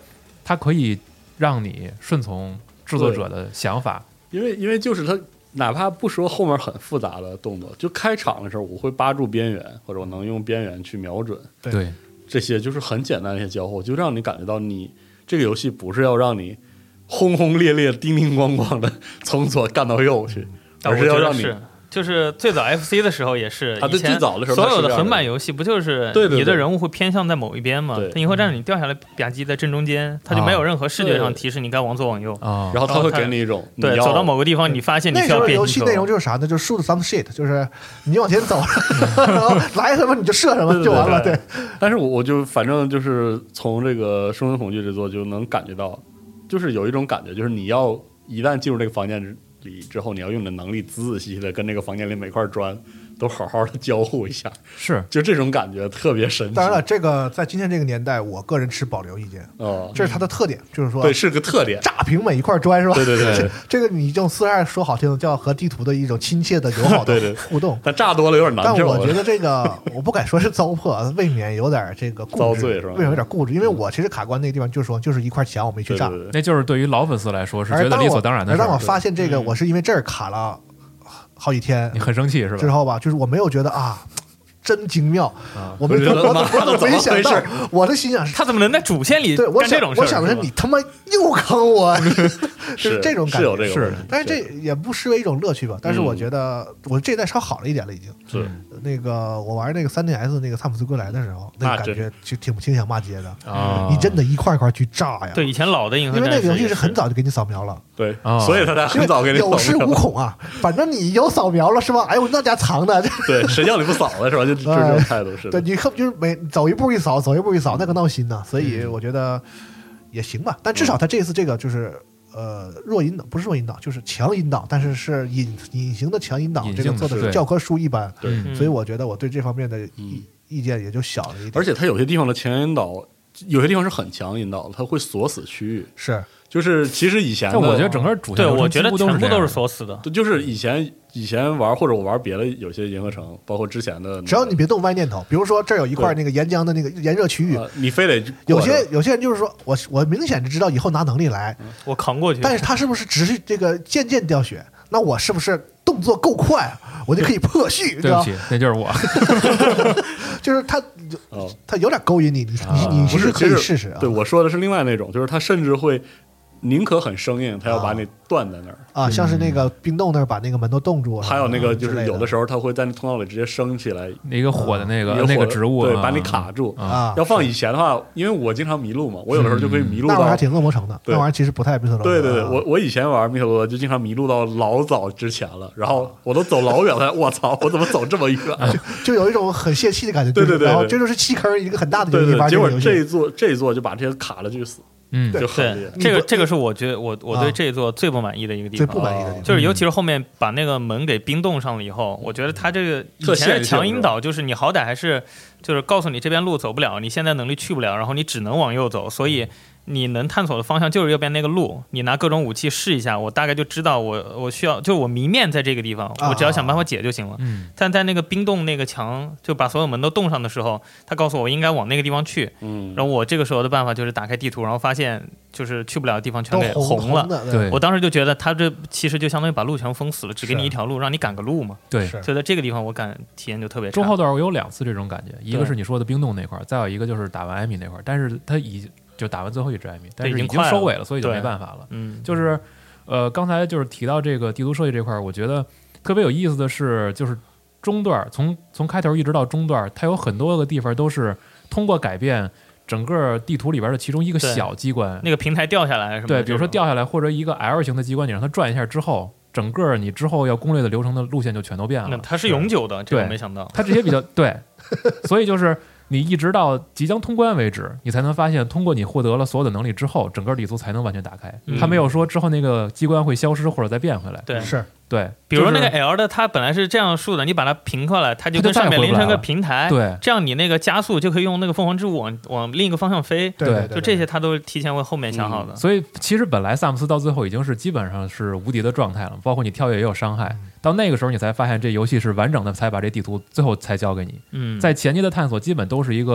它可以让你顺从制作者的想法， 因为就是它哪怕不说后面很复杂的动作，就开场的时候我会扒住边缘，或者我能用边缘去瞄准， 对， 这些就是很简单的一些交互，就让你感觉到你这个游戏不是要让你轰轰烈烈、叮叮咣咣的从左干到右去，而是要让你。 就是最早 FC 的时候也是， 对，最早的时候所有的横版游戏不就是你的人物会偏向在某一边吗？它银河战士你掉下来吧唧在正中间，它就没有任何视觉上提示你该往左往右， 然后它会给你一种对走到某个地方你发现你需要变游戏内容就是啥呢？就是 shoot some shit， 就是你往前走，然后来什么你就射什么就完了。对， 但是我就反正就是从这个《生存恐惧》这座就能感觉到，就是有一种感觉，就是你要一旦进入这个房间里之后，你要用你的能力仔仔细细的跟这个房间里每块砖都好好的交互一下， 是就这种感觉特别神奇。 当然了，这个在今天这个年代，我个人持保留意见。这是它的特点，就是说对，是个特点， 炸平每一块砖是吧？ 对， 这个你用42说好听，叫和地图的一种亲切的友好的互动。 但炸多了有点难受。 但我觉得这个我不敢说是糟粕，未免有点这个固执， 遭罪是吧？ 未免有点固执，因为我其实卡关那个地方就是一块墙我没去炸， 那就是对于老粉丝来说是觉得理所当然的事。 而当我发现这个，我是因为这儿卡了好几天， 你很生气是吧？ 之后吧，就是我没有觉得真精妙，我怎么没想到？我的心想是， 他怎么能在主线里干这种事？ 我想的是你他妈又坑我， 就是这种感觉。 是， 但是这也不失为一种乐趣吧。但是我觉得我这一代稍好了一点了，已经。 是那个我玩那个 3DS 那个萨姆斯归来的时候，那个感觉就挺想骂街的。你真的一块一块去炸呀！ 对，以前老的银河战士， 因为那个游戏是很早就给你扫描了。 对，所以他才很早给你有恃无恐啊。反正你有扫描了是吧？哎呦，那家藏的。 对，谁叫你不扫了是吧？就这种态度是。 对，你可就是每走一步一扫，那个闹心呢。所以我觉得也行吧。但至少他这次这个就是弱引导，不是弱引导，就是强引导，但是是隐形的强引导，这个做的是教科书一般。 对， 所以我觉得我对这方面的意见也就小了一点。 而且他有些地方的强引导，有些地方是很强引导，他会锁死区域。 是。 就是其实以前的， 我觉得整个主线我觉得全部都是锁死的。 就是以前玩或者我玩别的有些银河城，包括之前的， 只要你别动歪念头，比如说这儿有一块那个岩浆的那个炎热区域， 你非得有些人就是说我明显就知道以后拿能力来， 我扛过去， 但是他是不是只是这个渐渐掉血？那我是不是动作够快，我就可以破序？ 对不起，那就是我， 就是他有点勾引你其实可以试试。 对，我说的是另外那种，就是他甚至会。宁可很生硬，他要把你断在那儿像是那个冰洞那儿把那个门都冻住了。 还有那个就是有的时候他会在那通道里直接升起来一个火的那个植物， 对，把你卡住。要放以前的话，因为我经常迷路嘛，我有的时候就可以迷路到。 那玩意儿挺恶魔城的，那玩意儿其实不太密特罗德。 对，我以前玩密特罗德就经常迷路到老早之前了，然后我都走老远了，我操，我怎么走这么远？ 就有一种很泄气的感觉。对，然后这就是弃坑一个很大的地方。结果这一座就把这些卡了去死。 对， 这个是我觉得我对这一座最不满意的一个地方， 最不满意的地方就是尤其是后面把那个门给冰冻上了以后，我觉得他这个以前是强引导，就是你好歹还是就是告诉你这边路走不了，你现在能力去不了，然后你只能往右走，所以你能探索的方向就是右边那个路，你拿各种武器试一下，我大概就知道我需要，就是我谜面在这个地方，我只要想办法解就行了。但在那个冰冻那个墙就把所有门都冻上的时候，他告诉我应该往那个地方去，然后我这个时候的办法就是打开地图，然后发现就是去不了的地方全给红了。 对， 我当时就觉得他这其实就相当于把路全封死了，只给你一条路让你赶个路嘛。 对， 所以在这个地方我体验就特别差。 中后段我有2次这种感觉，一个是你说的冰冻那块，再有一个就是打完艾米那块，但是他就打完最后一只艾米，但是已经收尾了，所以就没办法了。就是刚才就是提到这个地图设计这块，我觉得特别有意思的是，就是中段从开头一直到中段，它有很多个地方都是通过改变整个地图里边的其中一个小机关， 那个平台掉下来什么， 对，比如说掉下来或者一个 L 型的机关，你让它转一下之后，整个你之后要攻略的流程的路线就全都变了。 它是永久的，这个没想到。 它这些比较对，所以就是你一直到即将通关为止，你才能发现，通过你获得了所有的能力之后，整个地图才能完全打开。它没有说之后那个机关会消失或者再变回来。 对， 是。 对， 比如说那个 L 的，它本来是这样竖的，你把它平过来，它就跟上面连成个平台， 对， 这样你那个加速就可以用那个凤凰之舞往另一个方向飞， 对， 就这些它都是提前为后面想好的。 所以其实本来萨姆斯到最后已经是基本上是无敌的状态了，包括你跳跃也有伤害，到那个时候你才发现这游戏是完整的，才把这地图最后才交给你。在前期的探索基本都是一个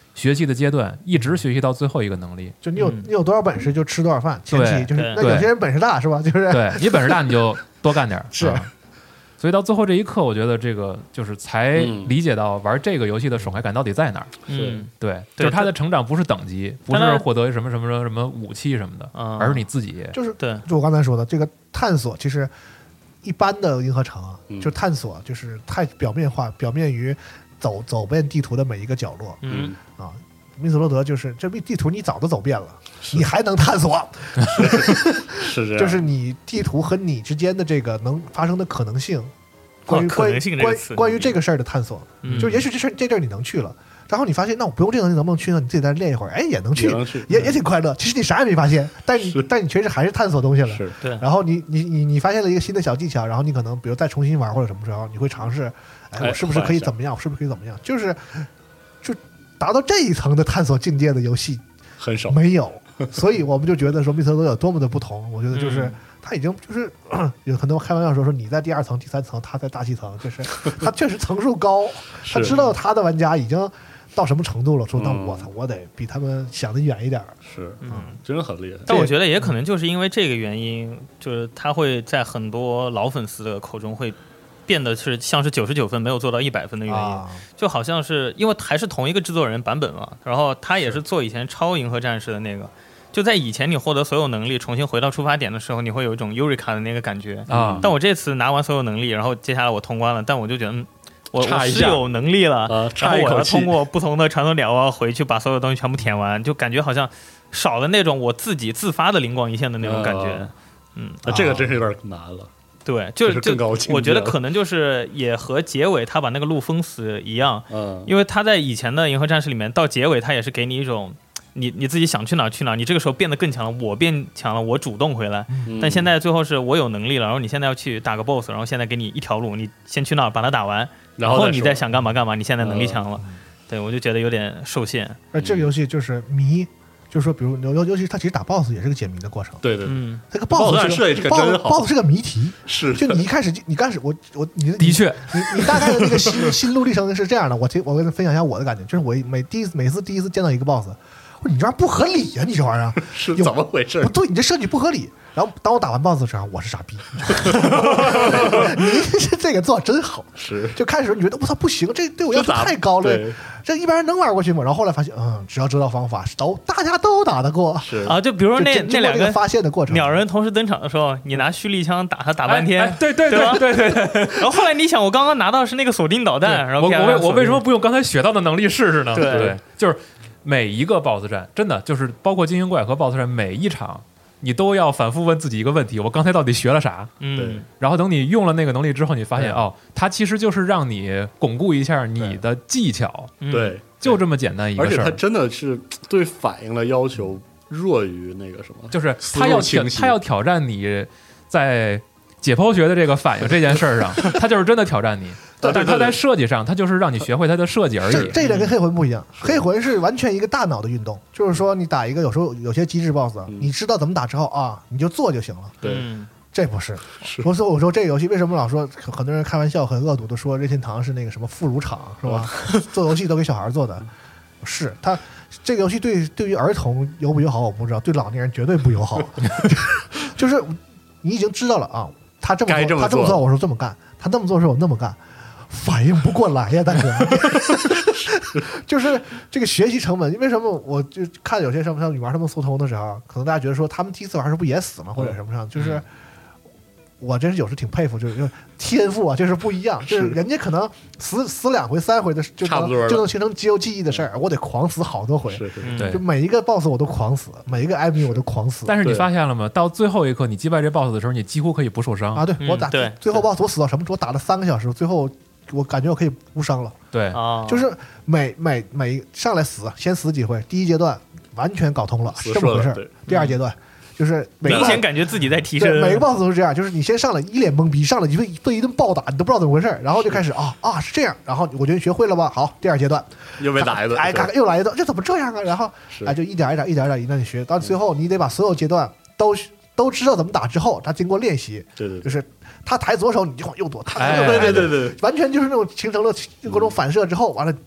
学习的阶段，一直学习到最后一个能力。 就你有多少本事就吃多少饭，前期就是那有些人本事大是吧？就是对你本事大你就多干点是。 所以到最后这一刻，我觉得这个就是才理解到玩这个游戏的爽快感到底在哪儿。对，就是他的成长不是等级，不是获得什么武器什么的，而是你自己。 就是就我刚才说的这个探索，其实一般的银河城就探索就是太表面化，表面于走遍地图的每一个角落。密斯罗德就是这地图你早都走遍了，你还能探索， 是这样， 就是你地图和你之间的这个能发生的可能性，关于这个事儿的探索，就也许这地儿你能去了，然后你发现那我不用这个能力能不能去呢？你自己在练一会儿，哎，也能去，也挺快乐。其实你啥也没发现，但你确实还是探索东西了。 对。 然后你发现了一个新的小技巧，然后你可能比如再重新玩或者什么时候，你会尝试，哎，我是不是可以怎么样？我是不是可以怎么样？就达到这一层的探索境界的游戏很少， 没有。所以我们就觉得说密斯罗德有多么的不同。我觉得就是他已经就是有很多开玩笑说你在第2层、第3层，他在大气层，就是他确实层数高，他知道他的玩家已经到什么程度了，说那我得比他们想的远一点。 是，真的很厉害。 但我觉得也可能就是因为这个原因，就是他会在很多老粉丝的口中会变得是像是99分没有做到100分的原因，就好像是因为还是同一个制作人版本嘛，然后他也是做以前超银河战士的那个，就在以前你获得所有能力重新回到出发点的时候，你会有一种尤瑞卡的那个感觉但我这次拿完所有能力，然后接下来我通关了，但我就觉得我是有能力了，然后我要通过不同的传送点，我要回去把所有东西全部填完，就感觉好像少了那种我自己自发的灵光一现的那种感觉。 那这个真是有点难了。 对，就我觉得可能就是也和结尾他把那个路封死一样，因为他在以前的银河战士里面到结尾他也是给你一种你自己想去哪去哪，你这个时候变得更强了，我变强了，我主动回来。但现在最后是我有能力了，然后你现在要去打个 boss， 然后现在给你一条路，你先去那儿把它打完，然后你再想干嘛干嘛，你现在能力强了。对，我就觉得有点受限。 而这个游戏就是谜。就是说，比如尤其他其实打 BOSS 也是个解谜的过程。 对， 这个 BOSS 是个谜题。 是， 就你一开始你的确， 你大概的那个心路历程是这样的。我跟你分享一下我的感觉，就是我每次第一次见到一个 BOSS， 我说你这玩意儿不合理呀，你这玩意儿是怎么回事？ 不对，你这设计不合理。然后当我打完 BOSS 的时候，我是傻逼。你这个做真好， 是。 就开始你觉得我操不行，这对我要求太高了，这一般人能玩过去吗？然后后来发现，只要知道方法，大家都打得过。 是啊，就比如说那两个发现的过程， 鸟人同时登场的时候，你拿蓄力枪打他打半天， 对。 然后后来你想，我刚刚拿到是那个锁定导弹，然后我为什么不用刚才学到的能力试试呢？ 对， 就是每一个 BOSS 战，真的就是包括精英怪和 BOSS 战，每一场。你都要反复问自己一个问题：我刚才到底学了啥？然后等你用了那个能力之后，你发现它其实就是让你巩固一下你的技巧。 对， 就这么简单一个事儿。 而且它真的是对反应的要求弱于那个什么， 就是它要挑战你在解剖学的这个反应这件事儿上，它就是真的挑战你。但是它在设计上，它就是让你学会它的设计而已。 这一点跟黑魂不一样，黑魂是完全一个大脑的运动，就是说你打一个有时候有些机制 BOSS，你知道怎么打之后你就做就行了。 对， 这不是。我说这个游戏为什么老说很多人开玩笑很恶毒的说任天堂是那个什么副乳厂是吧？做游戏都给小孩做的，是它这个游戏对于儿童友不友好我不知道，对老年人绝对不友好。就是你已经知道了他这么做我说这么干，他这么做的时候我那么干。反应不过来呀，大哥！就是这个学习成本，为什么我就看有些什么像女玩他们速通的时候，可能大家觉得说他们第一次玩是不也死吗，或者什么上，就是我真是有时挺佩服，就是天赋啊，就是不一样，就是人家可能死2回3回的就能形成肌肉记忆的事儿，我得狂死好多回，就每一个 BOSS 我都狂死，每一个 enemy 我都狂死。 但是你发现了吗？到最后一刻你击败这 BOSS 的时候，你几乎可以不受伤啊！对我打最后 BOSS 我死到什么？我打了3个小时，最后。我感觉我可以无伤了， 对， 就是每上来先死几回，第一阶段完全搞通了，是这么回事。第二阶段就是明显感觉自己在提升， 每个 BOSS 都是这样，就是你先上来一脸懵逼，上来被一顿暴打，你都不知道怎么回事，然后就开始是这样，然后我觉得学会了吧，好，第二阶段又被打一顿， 又来一顿，这怎么这样啊？然后就一点让你学，到最后你得把所有阶段都知道怎么打之后，他经过练习， 对， 就是他抬左手你就往右躲，他对， 完全就是那种形成了各种反射之后，完了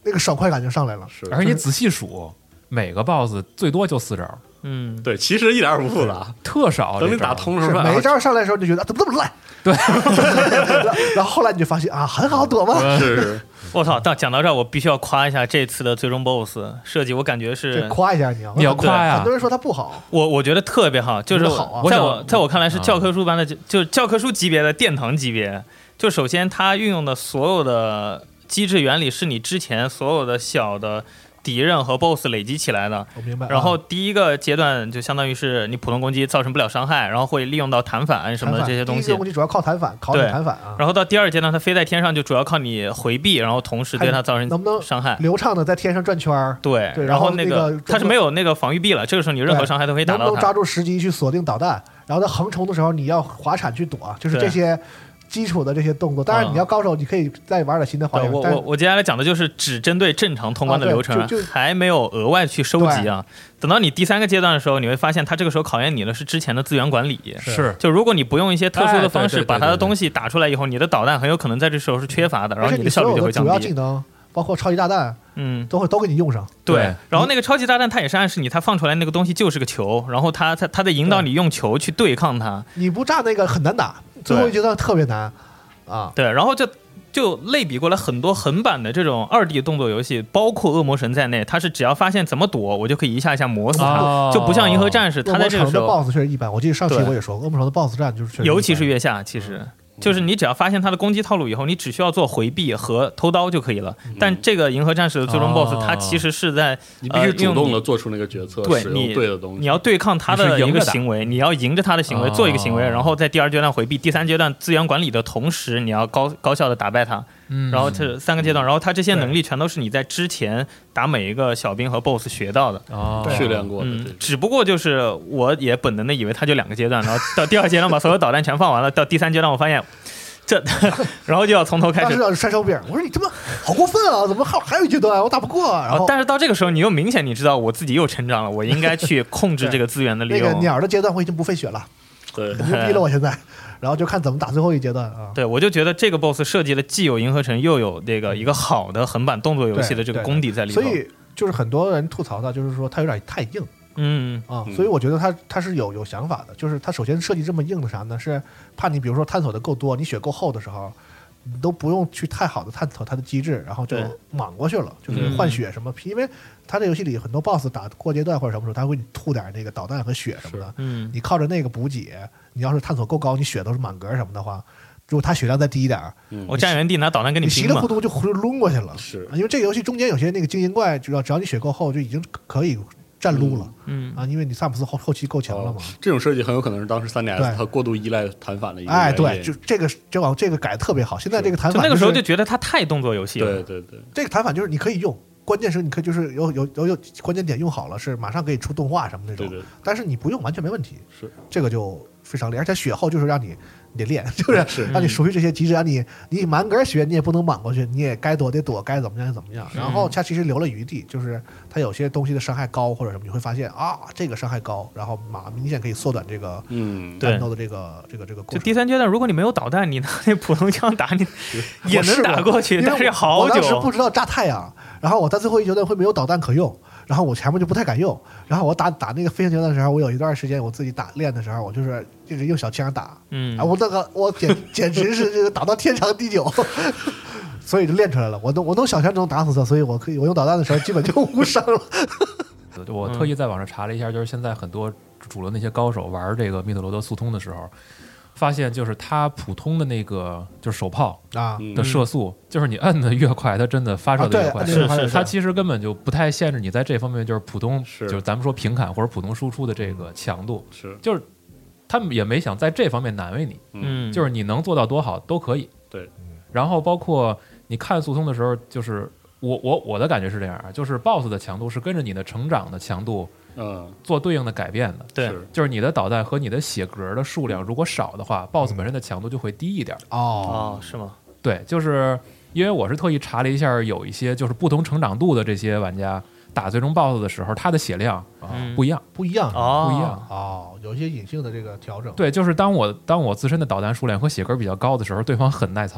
那个爽快感就上来了。 是， 而且你仔细数，每个 BOSS 最多就4招。 对，其实一点也不复杂， 特少。 等你打通了， 每一招上来的时候，你就觉得怎么这么烂？ 对， 然后后来你就发现啊，很好躲嘛。 是， 我操！讲到这儿，我必须要夸一下这次的最终 BOSS 设计，我感觉是夸一下你要夸呀。 很多人说它不好， 我觉得特别好，就是在我看来是教科书般的，就是教科书级别的殿堂级别。就首先它运用的所有的机制原理是你之前所有的小的敌人和 BOSS 累积起来的。 我明白。 然后第一个阶段就相当于是你普通攻击造成不了伤害，然后会利用到弹反什么的这些东西。 第一个攻击主要靠弹反，考你弹反啊。 然后到第二阶段，它飞在天上就主要靠你回避，然后同时对它造成能不能伤害， 流畅的在天上转圈。 对， 然后那个它是没有那个防御臂了，这个时候你任何伤害都可以打到它。 能不能抓住时机去锁定导弹？然后它横冲的时候你要滑铲去躲，就是这些。基础的这些动作，当然你要高手，你可以再玩点新的花样。 我接下来讲的就是只针对正常通关的流程，还没有额外去收集啊。等到你第3个阶段的时候，你会发现它这个时候考验你的是之前的资源管理。 是， 就如果你不用一些特殊的方式把它的东西打出来以后，你的导弹很有可能在这时候是缺乏的，然后你的效率就会降低。 主要技能包括超级炸弹，都给你用上。 对，然后那个超级炸弹它也是暗示你，它放出来那个东西就是个球，然后它在引导你用球去对抗它。 你不炸那个很难打，最后一阶段特别难。 对，然后就类比过来很多横版的这种2D 动作游戏，包括恶魔神在内，它是只要发现怎么躲，我就可以一下一下磨死它，就不像银河战士，它在这个时候。 恶魔城的 BOSS 确实一般，我记得上期我也说，恶魔城的 BOSS 战就是确实， 尤其是月下，其实。就是你只要发现他的攻击套路以后，你只需要做回避和偷刀就可以了。但这个银河战士的最终 BOSS，它其实是在你必须主动的做出那个决策，使用对的东西。 你要对抗他的一个行为，你要迎着他的行为做一个行为，然后在第2阶段回避，第3阶段资源管理的同时，你要高效的打败他。然后这3个阶段，然后他这些能力全都是你在之前打每一个小兵和 BOSS 学到的， 训练过的。 只不过就是我也本能的以为他就2个阶段，然后到第2阶段把所有导弹全放完了，到第3阶段我发现。然后就要从头开始。 当时要摔手柄，我说你他妈好过分啊！怎么还有一阶段我打不过？然后， 但是到这个时候，你又明显你知道我自己又成长了，我应该去控制这个资源的利用。 那个鸟的阶段我已经不费血了， 对， 牛逼了我现在。然后就看怎么打最后一阶段啊。 对，我就觉得这个 BOSS 设计的既有银河城，又有这个一个好的横版动作游戏的这个功底在里头。 所以就是很多人吐槽的，就是说它有点太硬。所以我觉得他是有想法的，就是他首先设计这么硬的啥呢？是怕你比如说探索的够多，你血够厚的时候，你都不用去太好的探索它的机制，然后就莽过去了，就是换血什么。因为他这游戏里很多 BOSS 打过阶段或者什么时候，他会吐点那个导弹和血什么的，你靠着那个补给，你要是探索够高，你血都是满格什么的话，如果他血量再低一点， 我站原地拿导弹跟你拼嘛， 稀里糊涂就抡过去了。 是因为这个游戏中间有些那个精英怪，只要你血够厚，就已经可以站撸了，因为你萨姆斯后期够强了嘛。 这种设计很有可能是当时 3DS 它过度依赖弹反的一个原因。对，就这个改的特别好。现在这个弹反， 那个时候就觉得它太动作游戏了。对， 这个弹反就是你可以用，关键是你可以就是有关键点用好了，是马上可以出动画什么那种。 对。 但是你不用完全没问题。 是这个就非常厉害，而且血厚就是让你得练，就是让你熟悉这些机制，让你满格血你也不能莽过去，你也该躲得躲，该怎么样就怎么样。然后它其实留了余地，就是它有些东西的伤害高或者什么，你会发现啊这个伤害高，然后明显可以缩短这个战斗的这个过程。 就第3阶段，如果你没有导弹，你拿那普通枪打你也能打过去，但是好久。 我当时不知道炸太阳，然后我在最后一阶段会没有导弹可用。然后我前面就不太敢用，然后我打那个飞行阶段的时候，我有一段时间我自己练的时候，我就是一直用小枪打，我简直是这个打到天长地久，所以就练出来了。我能小枪能打死他，所以我用导弹的时候基本就无伤了。 我特意在网上查了一下，就是现在很多主流那些高手玩这个密特罗德速通的时候。发现就是它普通的那个就是手炮的射速，就是你摁的越快，它真的发射的越快。 是它其实根本就不太限制你在这方面，就是普通，就是咱们说平砍或者普通输出的这个强度。就是他们也没想在这方面难为你，就是你能做到多好都可以。 对， 然后包括你看速通的时候，就是我的感觉是这样，就是 BOSS 的强度是跟着你的成长的强度。做对应的改变的， 对， 就是你的导弹和你的血格的数量如果少的话，BOSS 本身的强度就会低一点。 是吗？ 对，就是因为我是特意查了一下，有一些就是不同成长度的这些玩家打最终 BOSS 的时候，他的血量不一样， 不一样，有一些隐性的这个调整。 对，就是当我自身的导弹数量和血格比较高的时候，对方很耐操。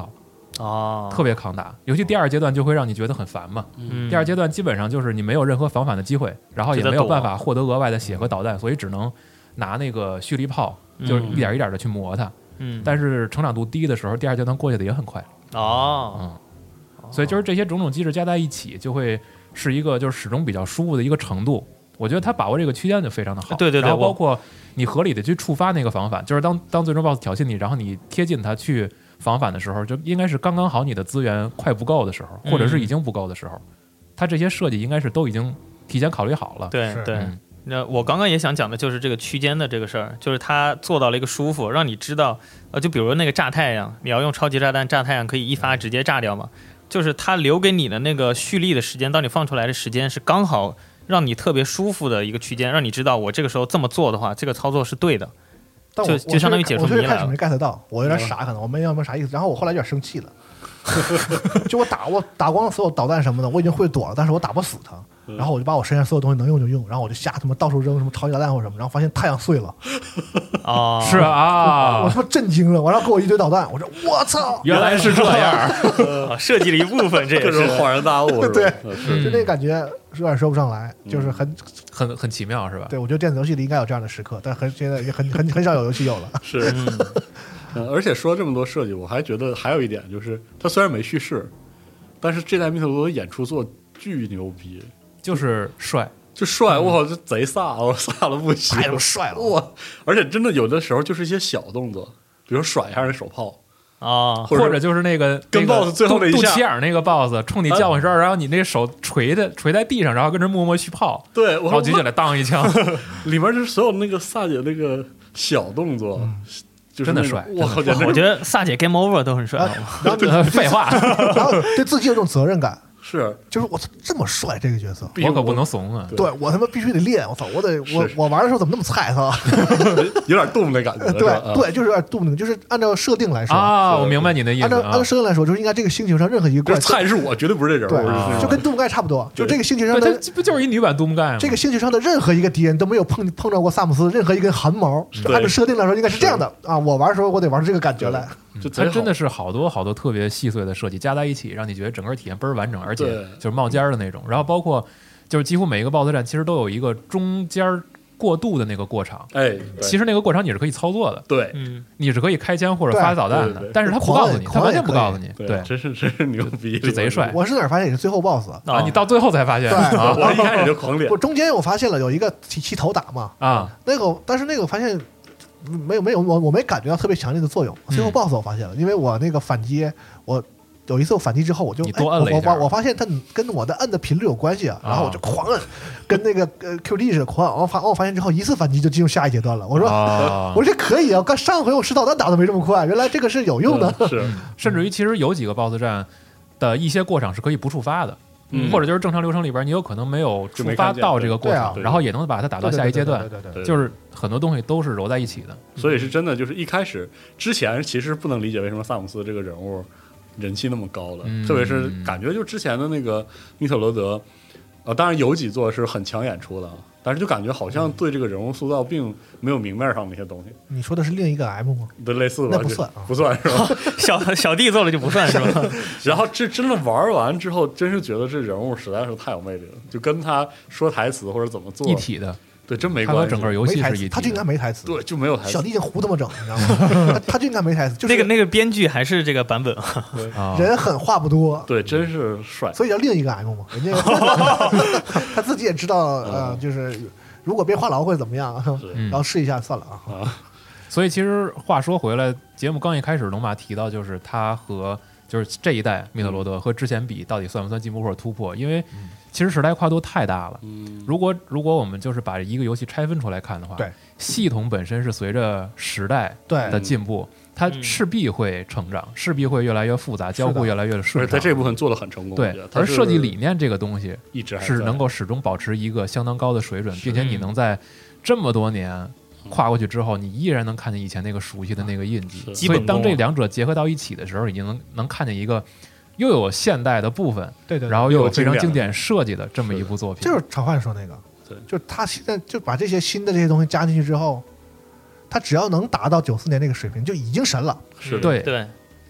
特别抗打。尤其第2阶段就会让你觉得很烦嘛。第2阶段基本上就是你没有任何防反的机会，然后也没有办法获得额外的血和导弹，所以只能拿那个蓄力炮，就是一点一点的去磨它。但是成长度低的时候，第2阶段过去的也很快。所以就是这些种种机制加在一起，就会是一个就是始终比较舒服的一个程度。我觉得他把握这个区间就非常的好。 对， 然后包括你合理的去触发那个防反，就是当最终 BOSS 挑衅你，然后你贴近他去防反的时候，就应该是刚刚好你的资源快不够的时候，或者是已经不够的时候，他这些设计应该是都已经提前考虑好了。 对。那我刚刚也想讲的就是这个区间的这个事儿，就是他做到了一个舒服，让你知道，就比如那个炸太阳，你要用超级炸弹炸太阳，可以一发直接炸掉嘛。就是他留给你的那个蓄力的时间，到你放出来的时间是刚好让你特别舒服的一个区间，让你知道我这个时候这么做的话，这个操作是对的。就相当于解说迷来了。 我最开始没 get 到，我有点傻，可能我没啥意思。然后我后来有点生气了，就我打光了所有导弹什么的，我已经会躲了，但是我打不死他。然后我就把我身上所有东西能用就用，然后我就瞎他妈到处扔什么超级导弹或者什么，然后发现太阳碎了。 是啊， 我他妈震惊了，我然后给我一堆导弹，我说我操， 原来是这样， 设计了一部分，这也是恍然大悟。 对，就那感觉有点说不上来，就是很奇妙，是吧？ 对，我觉得电子游戏里应该有这样的时刻，但现在也很少有游戏有了。 是，而且说这么多设计，我还觉得还有一点就是，它虽然没叙事，但是这代密特罗德演出做巨牛逼。 就是帅， 我靠，这贼飒，我飒了不行， 太帅了， 哇！而且真的有的时候就是一些小动作，比如甩一下那手炮或者就是那个跟 BOSS 最后那一下， 肚脐眼那个 BOSS 冲你叫一声，然后你那手捶在地上，然后跟着默默续炮， 对， 然后举起来当一枪， 里面就是所有那个萨姐那个小动作。 真的帅， 我觉得萨姐 Game Over 都很帅， 然后废话， 然后对自己有种责任感。 是， 就是我这么帅这个角色， 我可不能怂啊！ 对我他妈必须得练，我操，我玩的时候怎么那么菜操， 有点动的感觉。 对，就是有点动的，就是按照设定来说我明白你的意思。 按照设定来说，就是应该这个星球上任何一个怪， 菜是我绝对不是这人， 对，就跟杜姆盖差不多，就这个星球上的， 这不就是一女版杜姆盖吗？ 这个星球上的任何一个敌人都没有碰着过萨姆斯任何一根汗毛，按照设定来说应该是这样的啊！我玩的时候我得玩出这个感觉来。 它真的是好多特别细碎的设计加在一起，让你觉得整个体验倍儿完整，而且就是冒尖的那种。然后包括就是几乎每一个 BOSS 战其实都有一个中间过渡的那个过场。其实那个过场你是可以操作的， 对， 你是可以开枪或者发导弹的，但是他不告诉你，他完全不告诉你。对， 真是牛逼， 是贼帅。 我是哪儿发现也是最后 BOSS 啊？你到最后才发现？ 对， 我一开始就狂脸。 我中间我发现了有一个提头打嘛那个，但是那个我发现。没有，我没感觉到特别强烈的作用。最后 BOSS 我发现了，因为我那个反击，我有一次我反击之后，我就多摁了一下， 我发现它跟我的摁的频率有关系啊，然后我就狂摁，跟那个QD 似的狂摁。我发现之后一次反击就进入下一阶段了。我说我这可以啊，刚上回我10导弹打的没这么快，原来这个是有用的。 是， 甚至于其实有几个 BOSS 战的一些过场是可以不触发的。或者就是正常流程里边，你有可能没有触发到这个过程，然后也能把它打到下一阶段。就是很多东西都是揉在一起的， 所以是真的。就是一开始之前其实不能理解为什么萨姆斯这个人物人气那么高的，特别是感觉就之前的那个密特罗德，当然有几座是很强演出的，但是就感觉好像对这个人物塑造并没有明面上那些东西。 你说的是另一个 M 吗？ 对，类似吧， 那不算， 不算是吧？ 小弟做了就不算是吧？ 然后这真的玩完之后，真是觉得这人物实在是太有魅力了，就跟他说台词或者怎么做一体的。 对，真没关系。 他整个游戏是一体的， 他就应该没台词， 对，就没有台词。 小弟已经胡他妈整，你知道吗？他就应该没台词，就是那个编剧还是这个版本， 人狠话不多， 对，真是帅。 所以叫另一个 M 嘛，人家他自己也知道，就是如果变话痨会怎么样，然后试一下算了啊。 所以其实话说回来，节目刚一开始龙马提到，就是他和就是这一代密特罗德和之前比，到底算不算进步或者突破？因为其实时代跨度太大了。如果我们就是把一个游戏拆分出来看的话， 对， 系统本身是随着时代的进步，它势必会成长，势必会越来越复杂，交互越来越顺畅。 而在这部分做得很成功。 对，而设计理念这个东西一直是能够始终保持一个相当高的水准，并且你能在这么多年跨过去之后，你依然能看见以前那个熟悉的那个印记。所以当这两者结合到一起的时候，已经能看见一个又有现代的部分， 对， 然后又有非常经典设计的这么一部作品。 就是常焕说那个，就是他现在就把这些新的这些东西加进去之后，他只要能达到94年那个水平，就已经神了。 是对，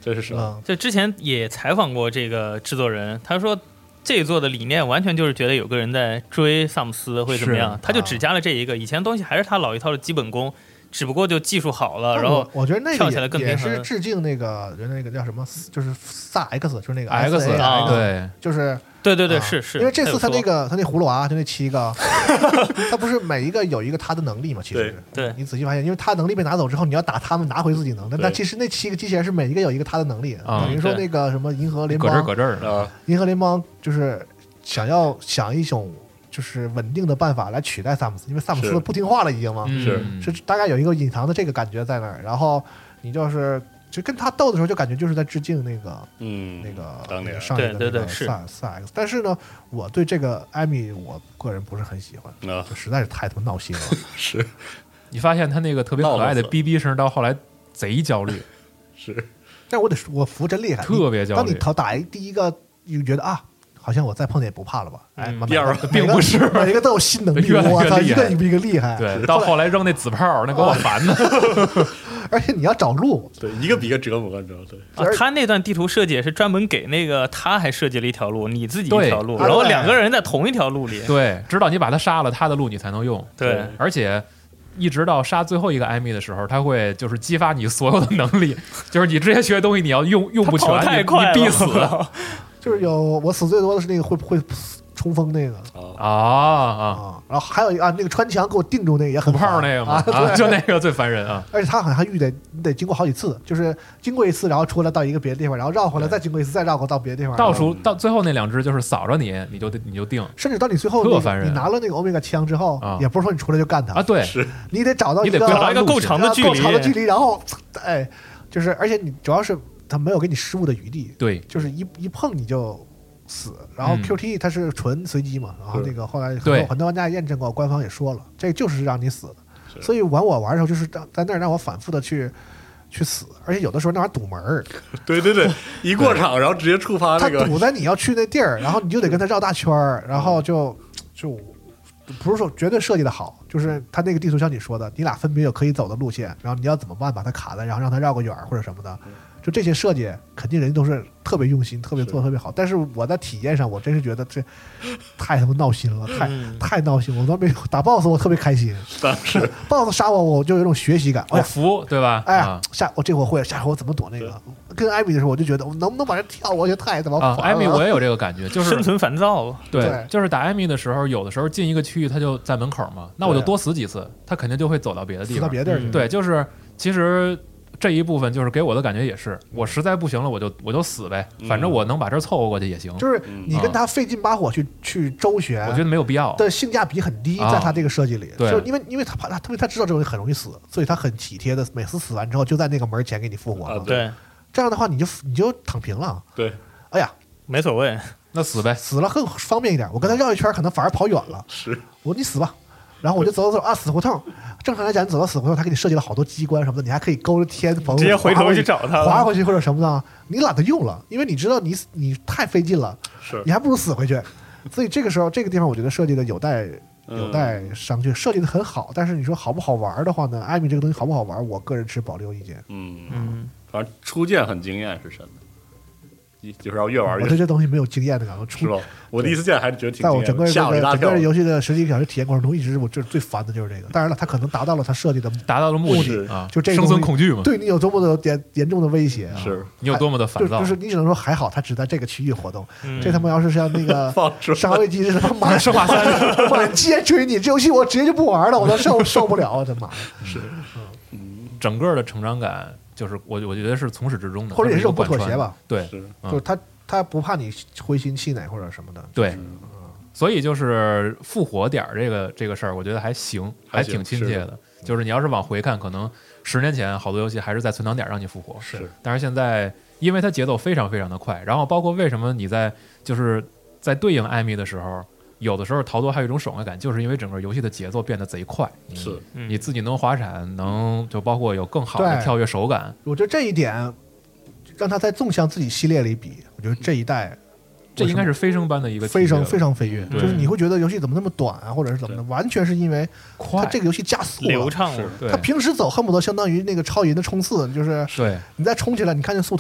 这是实话。 就之前也采访过这个制作人，他说这一座的理念完全就是觉得有个人在追萨姆斯会怎么样，他就只加了这一个，以前东西还是他老一套的基本功。只不过就技术好了，然后我觉得那跳起来更也是致敬那个人那个叫什么，就是萨 X， 就是那个 X 啊， 对， 就是对，是因为这次他那葫芦娃就那7个，他不是每一个有一个他的能力嘛？其实对， 你仔细发现，因为他能力被拿走之后，你要打他们拿回自己能力，但其实那7个机器人是每一个有一个他的能力，等于说那个什么银河联邦搁这儿啊， 银河联邦就是想一种。就是稳定的办法来取代萨姆斯，因为萨姆斯不听话了已经嘛，是大概有一个隐藏的这个感觉在那儿。然后你就跟他斗的时候，就感觉就是在致敬那个上一个那个萨 X。但是呢，我对这个艾米，我个人不是很喜欢，就实在是太他妈闹心了。 是， 你发现他那个特别可爱的哔哔声，到后来贼焦虑。 是， 但我服真厉害， 特别焦虑。 当你打第一个，你就觉得啊。好像我再碰见也不怕了吧？哎， 第二个并不是， 每个都有新能力，我操，一个比一个厉害。 对，到后来扔那紫炮，那给我烦的。 而且你要找路， 对，一个比一个折磨，你知道对。 他那段地图设计也是专门给那个他还设计了一条路，你自己一条路，然后2个人在同一条路里。 对，直到你把他杀了，他的路你才能用。 对， 而且一直到杀最后一个艾米的时候，他会就是激发你所有的能力，就是你之前学的东西你要用不全，你必死。 就是我死最多的是那个会冲锋那个然后还有一个那个穿墙给我定住那个也很炮那个嘛，就那个最烦人啊！ 而且他好像你得经过好几次，就是经过一次，然后出来到一个别的地方，然后绕回来再经过一次，再绕过到别的地方。 到最后那2只就是扫着你就定， 甚至到你最后特烦人。 你拿了那个欧米伽枪之后，也不是说你出来就干他啊，对， 你得找到一个够长的距离，然后就是而且你主要是他没有给你失误的余地， 对， 就是一碰你就。死，然后 QT 它是纯随机嘛，然后那个后来很多玩家验证过，官方也说了，这就是让你死的。所以我玩的时候就是在那儿让我反复的去死，而且有的时候那玩意儿堵门儿。 对，一过场然后直接触发那个。 他堵在你要去那地儿，然后你就得跟他绕大圈儿，然后就不是说绝对设计的好，就是他那个地图像你说的，你俩分别有可以走的路线，然后你要怎么办把它卡在，然后让他绕个远或者什么的。就这些设计肯定人家都是特别用心，特别做特别好，但是我在体验上我真是觉得这太他妈闹心了，太闹心了。我都没有打 BOSS 我特别开心， 是 BOSS 杀我就有一种学习感， 我服，对吧？ 哎呀，我这回会，下回我怎么躲那个？跟艾米的时候我就觉得我能不能把这跳过去，太他妈烦了。 艾米我也有这个感觉，就是生存烦躁。 对，就是打艾米的时候，有的时候进一个区域他就在门口嘛，那我就多死几次，他肯定就会走到别的地方， 死到别的地儿。 对，就是其实。这一部分就是给我的感觉也是，我实在不行了，我就死呗，反正我能把这凑合过去也行。 就是你跟他费劲巴火去周旋， 我觉得没有必要。 的性价比很低，在他这个设计里， 对， 就因为他知道这种很容易死，所以他很体贴的，每次死完之后就在那个门前给你复活了。 对， 这样的话你就躺平了。 对， 哎呀， 没所谓， 那死呗， 死了更方便一点。我跟他绕一圈，可能反而跑远了。 是， 你死吧。然后我就走死胡同。正常来讲，你走到死胡同，他给你设计了好多机关什么的，你还可以勾着天直接回头去找他， 滑回去或者什么的，你懒得用了，因为你知道你太费劲了，你还不如死回去。所以这个时候这个地方，我觉得设计的有待商榷，设计的很好，但是你说好不好玩的话呢？艾米这个东西好不好玩，我个人持保留意见。 反正初见很惊艳是真的。就是要越玩越。 我对这东西没有经验的感觉， 是吧？我第一次见还是觉得挺在我整个吓我一大跳。 整个游戏的10几个小时体验过程中，一直我这最烦的就是这个。当然了，它可能达到了它设计的目的啊， 就这个生存恐惧嘛， 对你有多么的严重的威胁啊！ 是你有多么的烦躁， 就是你只能说还好，它只在这个区域活动。这他妈要是像那个《生化危机》是他妈生化3 满街追你，这游戏我直接就不玩了，我都受不了啊！真妈是， 整个的成长感就是我觉得是从始至终的， 或者也是种不妥协吧？ 对， 就是他不怕你灰心气馁或者什么的， 对，所以就是复活点这个事儿，我觉得还行，还挺亲切的。就是你要是往回看，可能10年前好多游戏还是在存档点让你复活， 是， 但是现在因为它节奏非常非常的快，然后包括为什么你就是在对应艾米的时候，有的时候逃脱还有一种爽快感，就是因为整个游戏的节奏变得贼快， 是， 你自己能滑铲，就包括有更好的跳跃手感。 我觉得这一点让他在纵向自己系列里比，我觉得这一代这应该是飞升般的一个非常飞跃，就是你会觉得游戏怎么那么短啊，或者是怎么的，完全是因为它这个游戏加速了流畅了。 它平时走恨不得相当于那个超银的冲刺，就是对你再冲起来，你看见速通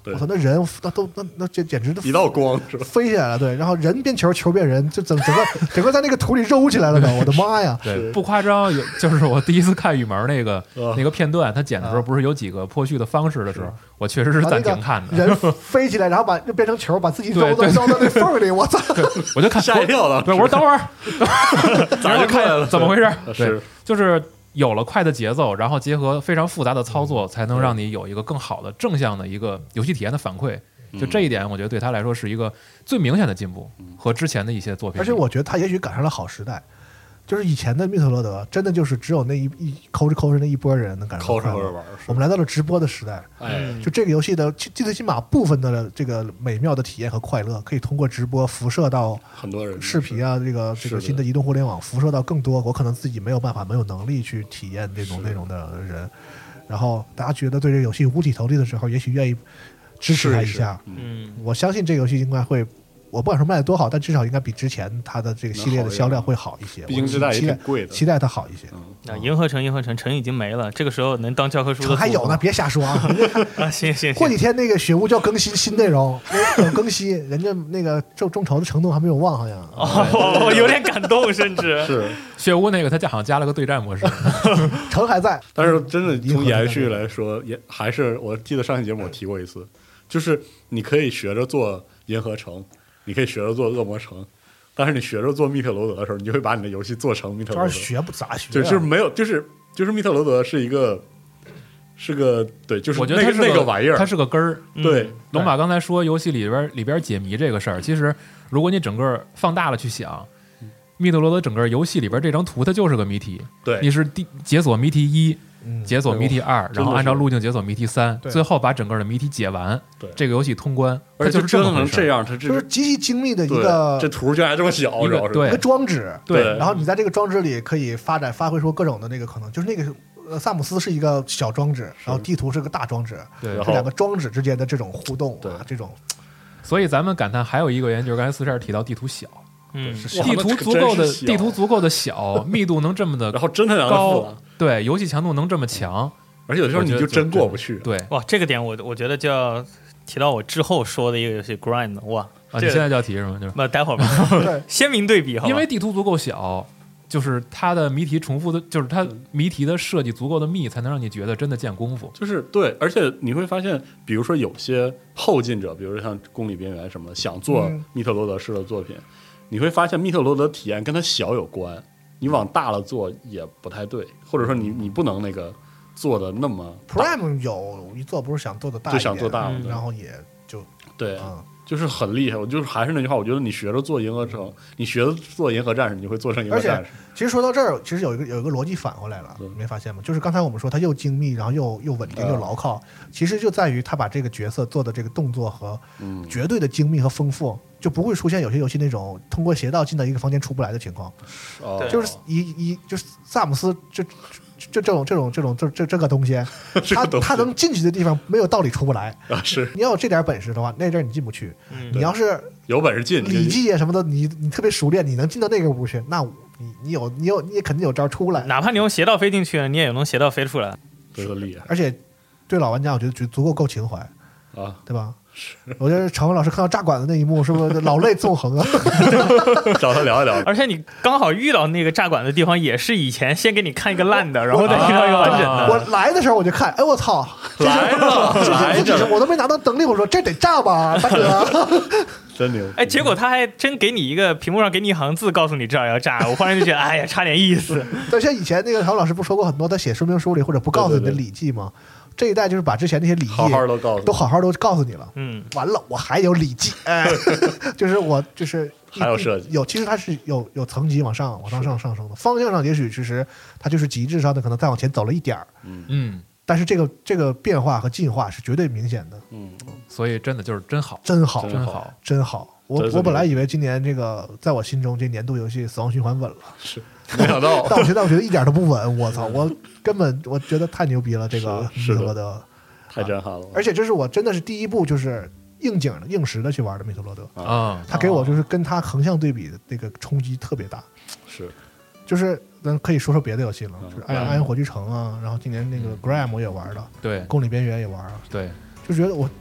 我操，那人那简直一道光是吧？ 飞起来了，对，然后人变球，球变人，就整个在那个土里揉起来了呢，我的妈呀！ 对，不夸张，就是我第一次看羽毛那个片段，他剪的时候不是有几个破序的方式的时候，我确实是暂停看的。 人飞起来，然后就变成球，把自己揉到那缝里，我操！ 我就看吓一跳了。 对，我说等会儿， 咋就看了？ 怎么回事？ 是， 就是有了快的节奏，然后结合非常复杂的操作，才能让你有一个更好的正向的一个游戏体验的反馈。就这一点，我觉得对他来说是一个最明显的进步，和之前的一些作品。 而且我觉得他也许赶上了好时代。就是以前的密特罗德，真的就是只有那一抠着那一波人能感受到快乐。我们来到了直播的时代，就这个游戏的最起码部分的这个美妙的体验和快乐，可以通过直播辐射到很多人视频啊，这个新的移动互联网辐射到更多我可能自己没有办法、没有能力去体验这种内容的人。然后大家觉得对这个游戏五体投地的时候，也许愿意支持他一下。我相信这个游戏应该会。我不敢说卖的多好，但至少应该比之前它的这个系列的销量会好一些。 毕竟这代也挺贵的， 期待它好一些。 银河城已经没了，这个时候能当教科书的还有呢，别瞎说啊！ 行， 过几天那个雪屋就要更新新内容，有更新，人家那个众筹的程度还没有忘，好像。 我有点感动，甚至是雪屋那个，他好像加了个对战模式， 城还在。 但是真的从延续来说，也还是我记得上期节目我提过一次，就是你可以学着做银河城。你可以学着做恶魔城，但是你学着做密特罗德的时候，你就会把你的游戏做成密特罗德。 学不咋学、啊， 就是没有，就是密特罗德是个对，就是我觉得那个玩意儿， 它是个根儿。 对， 龙马刚才说游戏里边解谜这个事儿，其实如果你整个放大了去想，密特罗德整个游戏里边这张图它就是个谜题。 对， 你是解锁谜题1。解锁谜题2，然后按照路径解锁谜题3，最后把整个的谜题解完，这个游戏通关。 而且就是这样，它就是极其精密的一个， 这图就还这么小， 一个装置。 对， 然后你在这个装置里可以发挥出各种的那个可能，就是那个萨姆斯是一个小装置，然后地图是个大装置， 对， 这两个装置之间的这种互动啊，这种。 所以咱们感叹还有一个原因，就是刚才4.2提到地图小。 地图足够的小，密度能这么的， 然后真的高，对，游戏强度能这么强， 而且有时候你就真过不去。 对， 哇，这个点我觉得就要提到我之后说的一个游戏 Grind， 哇， 你现在就要提是吗？ 那待会儿吧，鲜明对比， 因为地图足够小，就是它的谜题重复的，就是它谜题的设计足够的密，才能让你觉得真的见功夫。 就是对，而且你会发现，比如说有些后进者，比如说像公理边缘什么，想做密特罗德式的作品。你会发现密特罗德体验跟它小有关，你往大了做也不太对，或者说你不能那个做的那么 Prime 有一做不是想做的大一点， 就想做大了， 然后也就对，就是很厉害。我就是还是那句话，我觉得你学着做银河城，你学着做银河战士，你会做成银河战士。 其实说到这儿，其实有一个逻辑反过来了，没发现吗？就是刚才我们说它又精密，然后又稳定又牢靠，其实就在于他把这个角色做的这个动作和绝对的精密和丰富。就不会出现有些游戏那种通过邪道进到一个房间出不来的情况，就是就是萨姆斯这个东西，他能进去的地方没有道理出不来啊！是你要有这点本事的话，那阵你进不去。你要是有本事进礼记啊什么的，你特别熟练，你能进到那个屋去，那你也肯定有招出来。 哪怕你用邪道飞进去，你也能邪道飞出来， 这个厉害。 而且对老玩家，我觉得足够情怀啊， 对吧？我觉得常文老师看到炸管的那一幕，是不是老泪纵横啊？ 找他聊一聊。 而且你刚好遇到那个炸管的地方，也是以前先给你看一个烂的，然后再遇到一个完整的。 我来的时候我就看，哎我操， 来了， 我都没拿到能力，我说这得炸吧，大哥。 真牛！ 哎，结果他还真给你一个屏幕上给你一行字，告诉你这儿要炸。我忽然就觉得，哎呀，差点意思。 对，像以前那个常老师不说过很多，他写说明书里或者不告诉你的礼记吗？这一代就是把之前那些礼记好好都告诉你了。完了，我还有礼记，哎，就是我就是还有设计其实它是有层级往上升的，方向上也许其实它就是极致上的，可能再往前走了一点儿。但是这个变化和进化是绝对明显的。 所以真的就是真好。我本来以为今年这个在我心中这年度游戏《死亡循环》稳了， 是没想到， 但我现在一点都不稳。我操，我根本我觉得太牛逼了，这个密特罗德太震撼了。 而且这是我真的是第一部就是应景的硬实的去玩的密特罗德啊， 他给我就是跟他横向对比的那个冲击特别大。 是， 就是咱可以说别的游戏了，就是暗焰火炬城啊，然后今年那个 Gram 我也玩了， 对， 公里边缘也玩了， 对。 就觉得我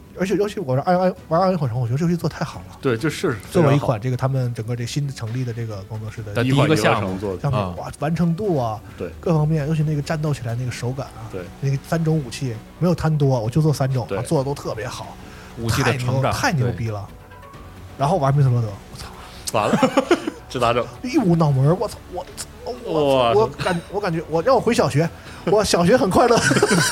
而且尤其我玩暗影火城，我觉得这游戏做太好了。 对，就是作为一款这个他们整个这新成立的这个工作室的第一个项目做的，哇，完成度啊， 对各方面，尤其那个战斗起来那个手感啊， 对， 那个3种武器没有贪多，我就做3种，做的都特别好， 武器的成长太牛逼了。然后玩密特罗德，我操， 完了，这咋整？ 一捂脑门，我操，我感觉让我回小学，我小学很快乐。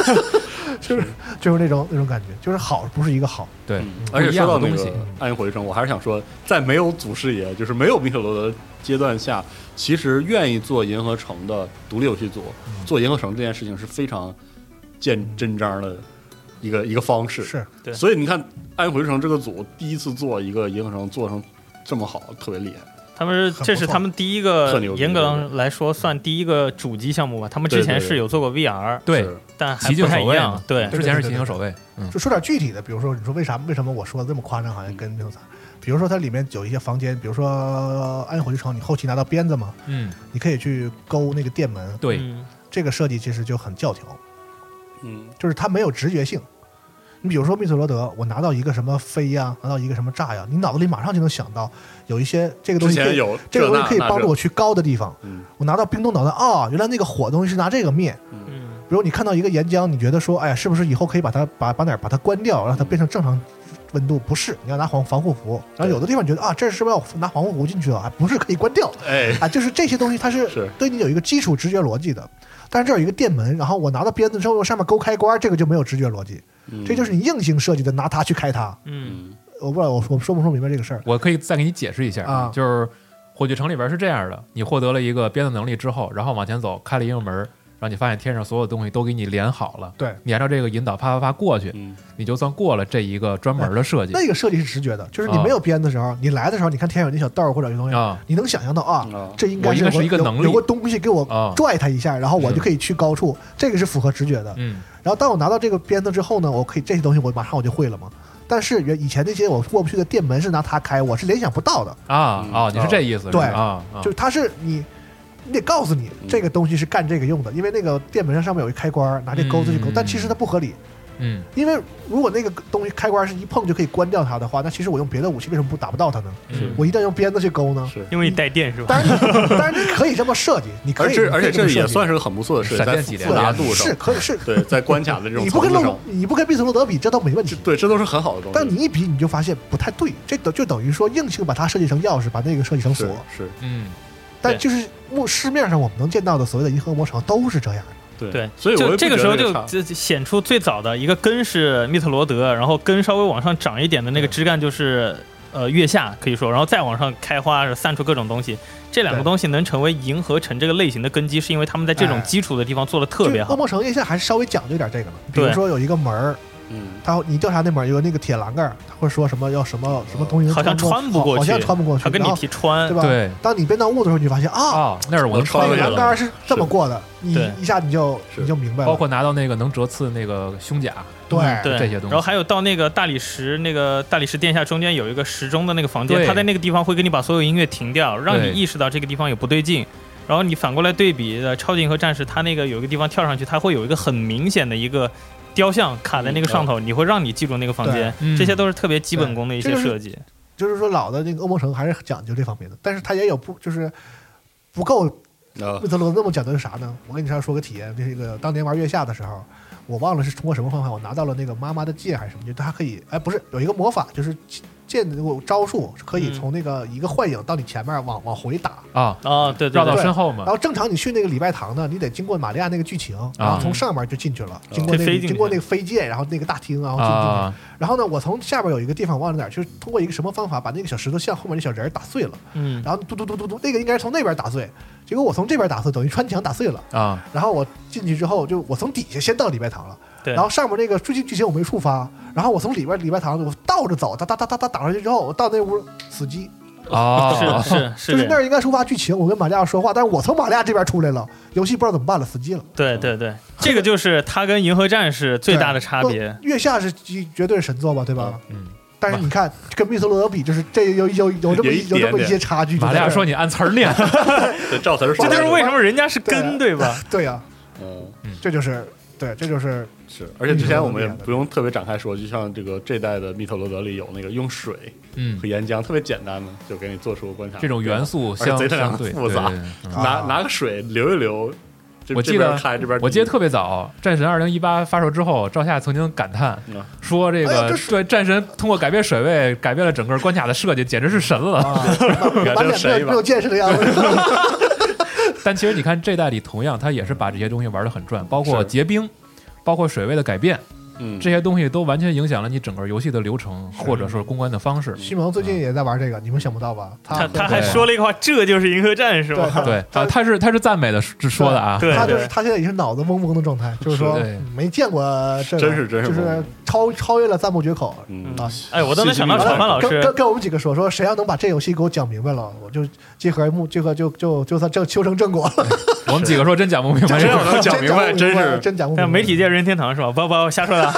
就是那种感觉，就是好不是一个好， 对。 而且说到那个暗影火炬城，我还是想说，在没有祖师爷，就是没有密特罗德阶段下，其实愿意做银河城的独立游戏组，做银河城这件事情是非常见真章的一个方式。 是， 对。 所以你看，暗影火炬城这个组第一次做一个银河城，做成这么好，特别厉害。 这是他们第一个，严格来说算第一个主机项目吧。他们之前是有做过 VR， 对， 但还不太一样。对， 之前是骑行守卫。 就说点具体的，比如说你说为什么我说的这么夸张，好像跟那种啥？比如说它里面有一些房间，比如说暗影火炬城，你后期拿到鞭子嘛，你可以去勾那个电门。 对， 这个设计其实就很教条，就是它没有直觉性。你比如说密特罗德，我拿到一个什么飞呀，拿到一个什么炸呀，你脑子里马上就能想到有一些这个东西这个东西可以帮助我去高的地方。我拿到冰冻导弹啊，原来那个火东西是拿这个灭。比如你看到一个岩浆，你觉得说，哎呀，是不是以后可以把它把它关掉，让它变成正常温度？不是，你要拿防护服。然后有的地方你觉得啊，这是不是要拿防护服进去了？啊，不是，可以关掉。就是这些东西它是对你有一个基础直觉逻辑的。但是这有一个电门，然后我拿到鞭子之后，上面勾开关，这个就没有直觉逻辑。这就是你硬性设计的，拿它去开它。我不知道我说不说明白这个事儿。 我可以再给你解释一下啊，就是火炬城里边是这样的：你获得了一个鞭子能力之后，然后往前走，开了一个门，然后你发现天上所有东西都给你连好了。 对， 你按照这个引导啪过去，你就算过了这一个专门的设计。 那个设计是直觉的，就是你没有鞭的时候，你来的时候，你看天上有那小道或者有东西，你能想象到啊，这应该是一个能力， 有个东西给我拽它一下，然后我就可以去高处，这个是符合直觉的。然后当我拿到这个鞭子之后呢，我可以这些东西我马上我就会了嘛。但是以前那些我过不去的电门是拿它开，我是联想不到的你是这意思？ 对就它是你得告诉你这个东西是干这个用的，因为那个电门上面有一开关，拿这钩子去勾，但其实它不合理。因为如果那个东西开关是一碰就可以关掉它的话，那其实我用别的武器为什么不打不到它呢？我一定要用鞭子去勾呢？ 因为你带电是吧？ 当然你可以这么设计，你可以， 而且这也算是个很不错的设计，在复杂度上是可以是。 对，在关卡的这种你不跟密特罗德比，这都没问题。 对，这都是很好的东西。 但你一比，你就发现不太对，这就等于说硬性把它设计成钥匙，把那个设计成锁。 是。 但就是市面上我们能见到的所谓的银河魔城都是这样的。 对， 所以就这个时候就显出最早的一个根是密特罗德，然后根稍微往上长一点的那个枝干就是月下可以说，然后再往上开花散出各种东西。这两个东西能成为银河城这个类型的根基，是因为他们在这种基础的地方做的特别好。 恶魔城月下还是稍微讲究一点这个呢，比如说有一个门你调查那门有那个铁栏杆，他会说什么要什么东西， 好像穿不过去， 好像穿不过去， 他跟你提穿， 对吧？ 对。 当你变到雾的时候，你就发现那是我穿栏杆是这么过的，你一下你就明白了。 包括拿到那个能折刺那个胸甲， 对这些东西。 然后还有到那个大理石殿下中间有一个时钟的那个房间，他在那个地方会给你把所有音乐停掉，让你意识到这个地方有不对劲。然后你反过来对比超级银河战士，他那个有一个地方跳上去，他会有一个很明显的一个雕像卡在那个上头，你会让你记住那个房间。这些都是特别基本功的一些设计。 就是说老的那个恶魔城还是讲究这方面的，但是它也有不够密特罗德那么讲究是啥呢？我跟你说个体验，这个当年玩月下的时候，我忘了是通过什么方法，我拿到了那个妈妈的戒还是什么，就它可以不是有一个魔法，就是剑的招数可以从那个一个幻影到你前面往回打对， 绕到身后嘛。 然后正常你去那个礼拜堂呢，你得经过玛利亚那个剧情，然后从上面就进去了，经过那个飞剑，然后那个大厅，然后进去。然后呢，我从下边有一个地方忘了哪儿，就是通过一个什么方法把那个小石头像后面那小人打碎了，然后嘟嘟嘟嘟嘟，那个应该是从那边打碎，结果我从这边打碎，等于穿墙打碎了然后我进去之后，就我从底下先到礼拜堂了。然后上面那个剧情我没触发，然后我从礼拜堂我倒着走，打上去之后，我到那屋死机是就是那儿应该触发剧情，我跟玛利亚说话，但是我从玛利亚这边出来了，游戏不知道怎么办了，死机了。 对，这个就是它跟银河战士最大的差别。 月下是绝对神作吧，对吧？但是你看跟密特罗德比，就是这有这么一些差距。 玛利亚说你按词儿念， 照词儿说， 这就是为什么人家是根，对吧？ 对呀，这就是对，这就是而且之前我们也不用特别展开说，就像这代的密特罗德里有那个用水和岩浆特别简单的就给你做出关卡， 这种元素贼他娘复杂，拿个水流一流。 我记得特别早，战神2018发售之后，赵夏曾经感叹说：“这个对战神通过改变水位，改变了整个关卡的设计，简直是神了。” 满脸没有见识的样子。 但其实你看这代里，同样他也是把这些东西玩得很转，包括结冰，包括水位的改变。这些东西都完全影响了你整个游戏的流程，或者说公关的方式。 西蒙最近也在玩这个，你们想不到吧？ 他还说了一个话，这就是银河战士吗？ 对，他是赞美的说的啊。 他现在已经是脑子嗡嗡的状态，就是说没见过这个， 真是就是超越了赞不绝口啊！ 哎，我都能想到传凡老师跟我们几个说谁要能把这游戏给我讲明白了，我就结合就算修成正果了。 我们几个说真讲不明白， 真要能讲明白，真是真讲不明白。 媒体界任天堂是吧？不瞎说的。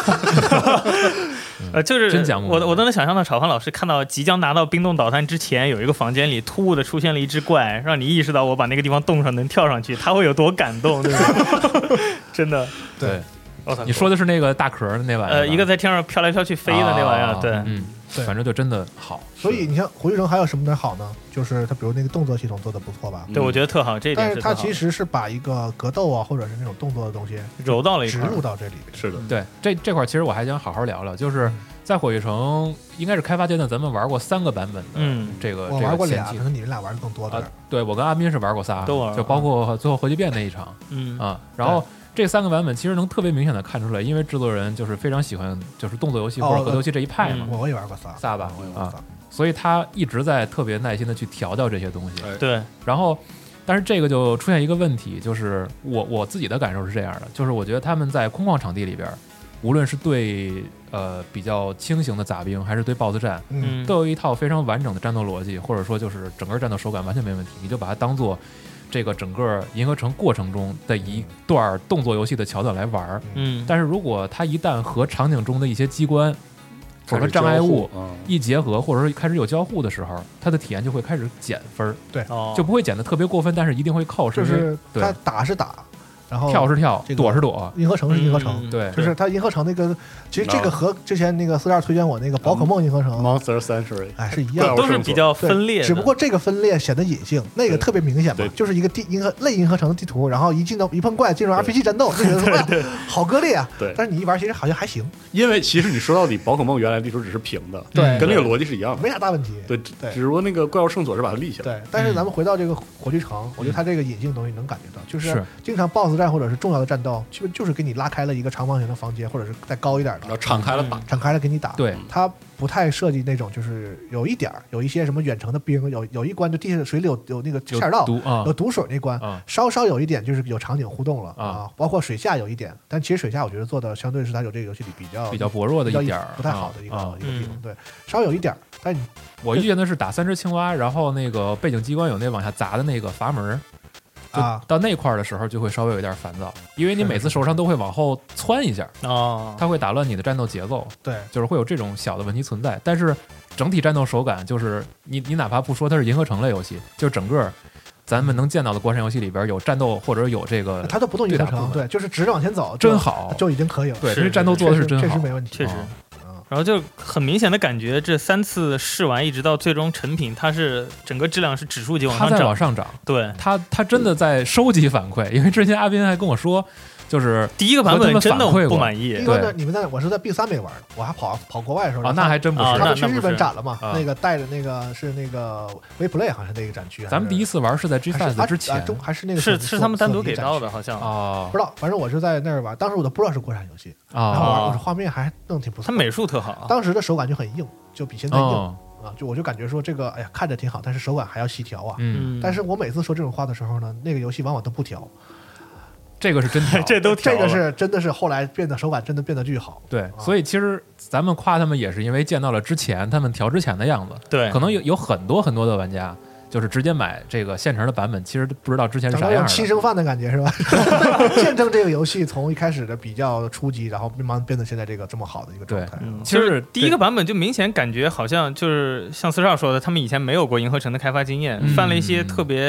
就是我都能想象到炒饭老师看到即将拿到冰冻岛滩之前，有一个房间里突兀的出现了一只怪，让你意识到我把那个地方冻上能跳上去，他会有多感动，对吧？真的， 对。 你说的是那个大壳的那玩意儿， 一个在天上飘来飘去飞的那玩意儿， 对， 反正就真的好。 所以你像回城还有什么点好呢？就是它比如那个动作系统做的不错吧？ 对，我觉得特好，这一点但是它其实是把一个格斗啊，或者是那种动作的东西揉到了一块，植入到这里面。 是的， 对，这块其实我还想好好聊聊，就是在火炬城应该是开发阶段，咱们玩过3个版本的这个， 我玩过俩，可能你们俩玩的更多点。 对，我跟阿斌是玩过仨， 都玩， 就包括最后核聚变那一场，然后。这3个版本其实能特别明显的看出来，因为制作人就是非常喜欢就是动作游戏或者格斗游戏这一派嘛。 我也玩过仨吧，所以他一直在特别耐心的去调教这些东西。 对， 然后，但是这个就出现一个问题，就是我自己的感受是这样的，就是我觉得他们在空旷场地里边，无论是对比较轻型的杂兵，还是对 BOSS 战，都有一套非常完整的战斗逻辑，或者说就是整个战斗手感完全没问题，你就把它当做这个整个银河城过程中的一段动作游戏的桥段来玩。但是如果它一旦和场景中的一些机关或者障碍物一结合，或者说开始有交互的时候，它的体验就会开始减分。 对， 就不会减得特别过分，但是一定会扣。 就是它打是打，然后跳是跳，躲是躲。 银河城是银河城， 对， 就是它银河城那个，其实这个和之前那个42推荐我那个宝可梦银河城 Monster Century 是一样， 都是比较分裂， 只不过这个分裂显得隐性，那个特别明显嘛，就是一个类银河城的地图，然后一碰怪进入 RPG 战斗，就觉得说好割裂啊。 对， 但是你一玩其实好像还行， 因为其实你说到底，宝可梦原来地图只是平的， 对， 跟那个逻辑是一样的， 没啥大问题。 对，只不过那个怪物圣所是把它立起来。 对，但是咱们回到这个火炬城，我觉得它这个隐性东西能感觉到，就是经常 BOSS 战或者是重要的战斗，基本就是给你拉开了一个长方形的房间，或者是再高一点的， 然后敞开了打， 敞开了给你打。 对， 它不太设计那种，就是有一些什么远程的兵，有一关就地下水里有那个下水道，有毒水那关，稍稍有一点就是有场景互动了啊，包括水下有一点，但其实水下我觉得做的相对是它有这个游戏里比较薄弱的一点，不太好的一个地方，对，稍有一点。但我遇见的是打3只青蛙，然后那个背景机关有那往下砸的那个阀门。到那块儿的时候就会稍微有一点烦躁，因为你每次手上都会往后窜一下，它会打乱你的战斗节奏， 对， 就是会有这种小的问题存在。但是整体战斗手感就是你哪怕不说它是银河城类游戏，就整个咱们能见到的国产游戏里边有战斗或者有这个， 它都不动银河城，对，就是直着往前走， 真好， 就已经可以了。 对，这战斗做的是真好， 确实没问题， 确实。然后就很明显的感觉，这3次试完一直到最终成品，它是整个质量是指数级往上涨， 它在往上涨。 对， 它真的在收集反馈，因为之前阿斌还跟我说，就是第一个版本真的不满意。 对，你们我是在 B3没玩的，我还跑国外的时候。 那还真不是。 他们去日本展了嘛？那个带着那个是那个 WePlay 好像那个展区。 咱们第一次玩是在 G5 之前， 还是那个是他们单独给到的，好像不知道，反正我是在那儿玩，当时我都不知道是国产游戏然后玩，画面还弄挺不错， 它美术特好， 当时的手感就很硬，就比现在硬。我就感觉说这个，哎呀，看着挺好，但是手感还要细调啊。但是我每次说这种话的时候呢，那个游戏往往都不调。 这个是真调， 这个是真的是后来变得手感真的变得巨好。 对，所以其实咱们夸他们也是因为见到了之前他们调之前的样子。 对， 可能有很多的玩家。就是直接买这个现成的版本，其实不知道之前是啥样的， 亲生饭的感觉是吧？见证这个游戏从一开始的比较初级，然后慢慢变得现在这个这么好的一个状态。 其实第一个版本就明显感觉好像就是像4少说的，他们以前没有过银河城的开发经验，犯了一些特别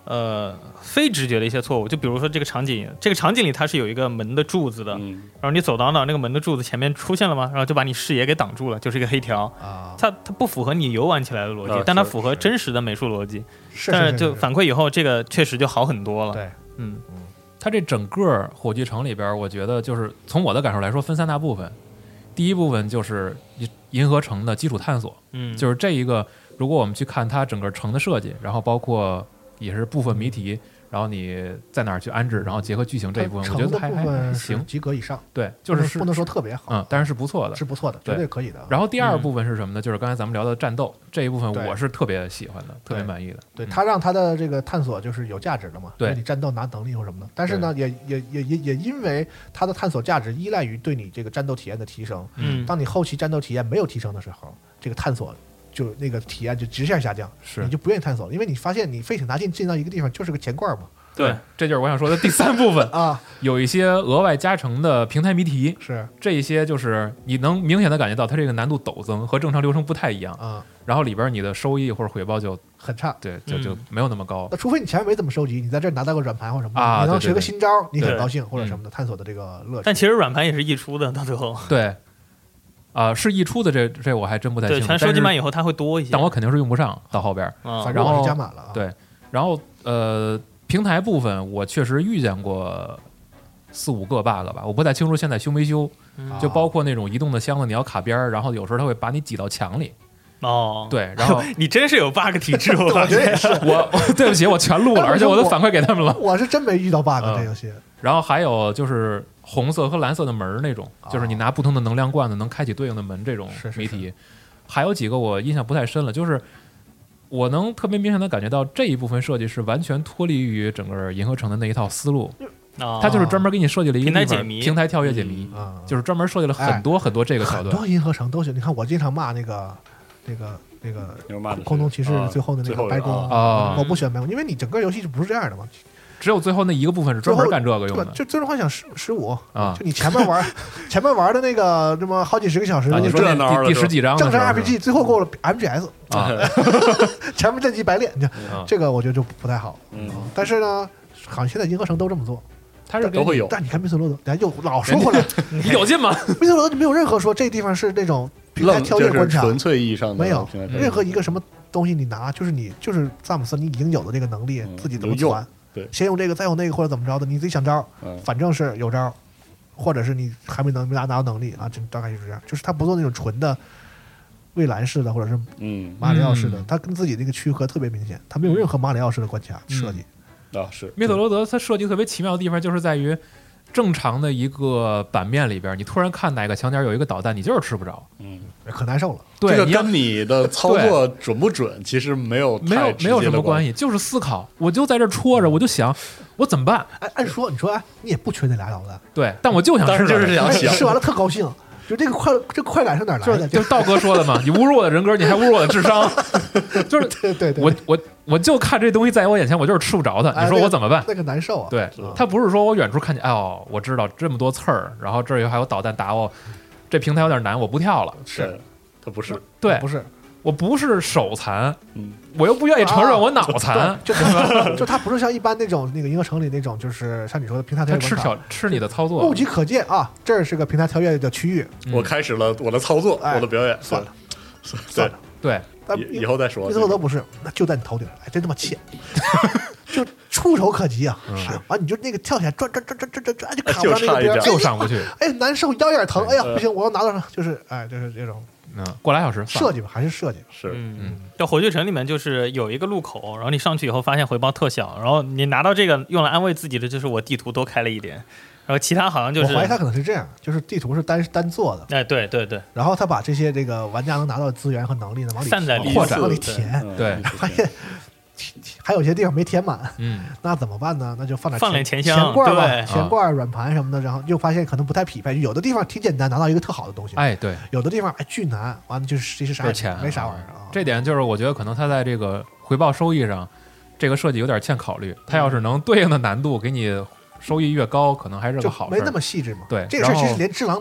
非直觉的一些错误，就比如说这个场景里它是有一个门的柱子的，然后你走到那个门的柱子前面出现了吗？然后就把你视野给挡住了，就是一个黑条啊。它不符合你游玩起来的逻辑，但它符合真实的美术逻辑。但是就反馈以后，这个确实就好很多了。 对， 它这整个火炬城里边，我觉得就是从我的感受来说，分3大部分。第一部分就是银河城的基础探索，就是这一个，如果我们去看它整个城的设计，然后包括也是部分谜题，然后你在哪儿去安置，然后结合剧情这一部分，我觉得还行， 及格以上。 对，就是不能说特别好， 但是是不错的， 是不错的，绝对可以的。 然后第二部分是什么呢？就是刚才咱们聊的战斗这一部分，我是特别喜欢的，特别满意的。 对，他让他的这个探索就是有价值的嘛， 对你战斗拿能力或什么的。但是呢，也因为他的探索价值依赖于对你这个战斗体验的提升。当你后期战斗体验没有提升的时候，这个探索就那个体验就直线下降，你就不愿意探索了，因为你发现你费挺大劲进到一个地方就是个钱罐嘛。 对，这就是我想说的第3部分啊， 有一些额外加成的平台谜题， 是这一些就是你能明显的感觉到它这个难度陡增，和正常流程不太一样啊。然后里边你的收益或者回报就很差， 对，就没有那么高。 那除非你前面没怎么收集，你在这儿拿到个软盘或什么的，你能学个新招，你很高兴或者什么的，探索的这个乐趣。 但其实软盘也是溢出的，到最后。 对。是溢出的，这我还真不太清楚。 对，全收集满以后它会多一些， 但我肯定是用不上到后边。 反正我是加满了。 对，然后平台部分我确实遇见过4、5个 bug 吧，我不太清楚现在修没修。就包括那种移动的箱子，你要卡边儿，然后有时候它会把你挤到墙里。对，然后你真是有 bug 体质，我觉得也是。 我对不起，我全录了，而且我都反馈给他们了。 我是真没遇到 bug 这游戏。 然后还有就是红色和蓝色的门那种，就是你拿不同的能量罐子能开启对应的门这种谜题。还有几个我印象不太深了，就是我能特别明显的感觉到这一部分设计是完全脱离于整个银河城的那一套思路。它就是专门给你设计了一个平台跳跃解谜，就是专门设计了很多很多这个桥段。 很多银河城都行，你看我经常骂那个空洞骑士最后的那个白宫我不喜欢白宫，因为你整个游戏就不是这样的嘛。 只有最后那一个部分是专门干这个用的， 就最终幻想15啊，就你前面玩的那个这么好几十个小时， 你说第10几章正常 RPG， 最后过了 MGS 啊，前面这集白练，这个我觉得就不太好。但是呢，好像现在银河城都这么做， 它是都会有。 但你看密特罗德，咱又老说回来， 你有劲吗？ 密特罗德没有任何说这地方是那种平台跳跃关卡， 纯粹意义上的没有任何一个什么东西你拿，就是萨姆斯你已经有的这个能力，自己怎么传。 对， 先用这个，再用那个，或者怎么着的，你自己想招，反正是有招，或者是你还没拿到能力啊，这大概就是这样。就是他不做那种纯的蔚蓝式的，或者是马里奥式的，他跟自己那个区隔特别明显，他没有任何马里奥式的关卡设计。 是密特罗德，他设计特别奇妙的地方就是在于，正常的一个版面里边，你突然看哪个墙角有一个导弹，你就是吃不着， 可难受了。 对， 这个跟你的操作准不准其实没有什么关系，就是思考。我就在这戳着，我就想我怎么办？ 按说你说你也不缺那俩导弹， 对，但我就想吃， 就是想吃完了特高兴。就这个快感是哪来的？ 就是道哥说的嘛，你侮辱我的人格，你还侮辱我的智商，就是对， 我就看这东西在我眼前，我就是吃不着它，你说我怎么办？ 那个难受啊！ 对，他不是说我远处看见，我知道这么多刺儿，然后这儿还有导弹打我，这平台有点难，我不跳了。 是，他不是， 对， 不是， 我不是手残，我又不愿意承认我脑残， 就他不是像一般那个银河城里那种，就是像你说的平台跳跃， 吃你的操作， 目及可见啊，这是个平台跳跃的区域， 我开始了我的操作，我的表演， 算了， 对， 以后再说。 密特罗德不是，那就在你头顶，真他妈欠，就触手可及啊！你就那个跳起来转，就卡不上那个边， 就上不去， 难受，腰有点疼，哎呀，不行，我要拿到上，就是这种。 过2小时设计吧，还是设计是在火炬城里面就是有一个路口，然后你上去以后发现回报特小，然后你拿到这个用来安慰自己的就是我地图多开了一点，然后其他好像就是我怀疑他可能是这样，就是地图是单做的， 哎对， 然后他把这些这个玩家能拿到的资源和能力呢往里散在扩展往里填， 对， 发现还有些地方没填满，那怎么办呢？那就放点钱罐吧，钱罐、软盘什么的，然后又发现可能不太匹配。有的地方挺简单，拿到一个特好的东西， 对； 有的地方巨难，完了就是这是啥钱， 没啥玩意儿啊。 这点就是我觉得可能他在这个回报收益上，这个设计有点欠考虑。他要是能对应的难度给你收益越高，可能还是个好事。 没那么细致嘛。 对， 这个事其实连只狼都有。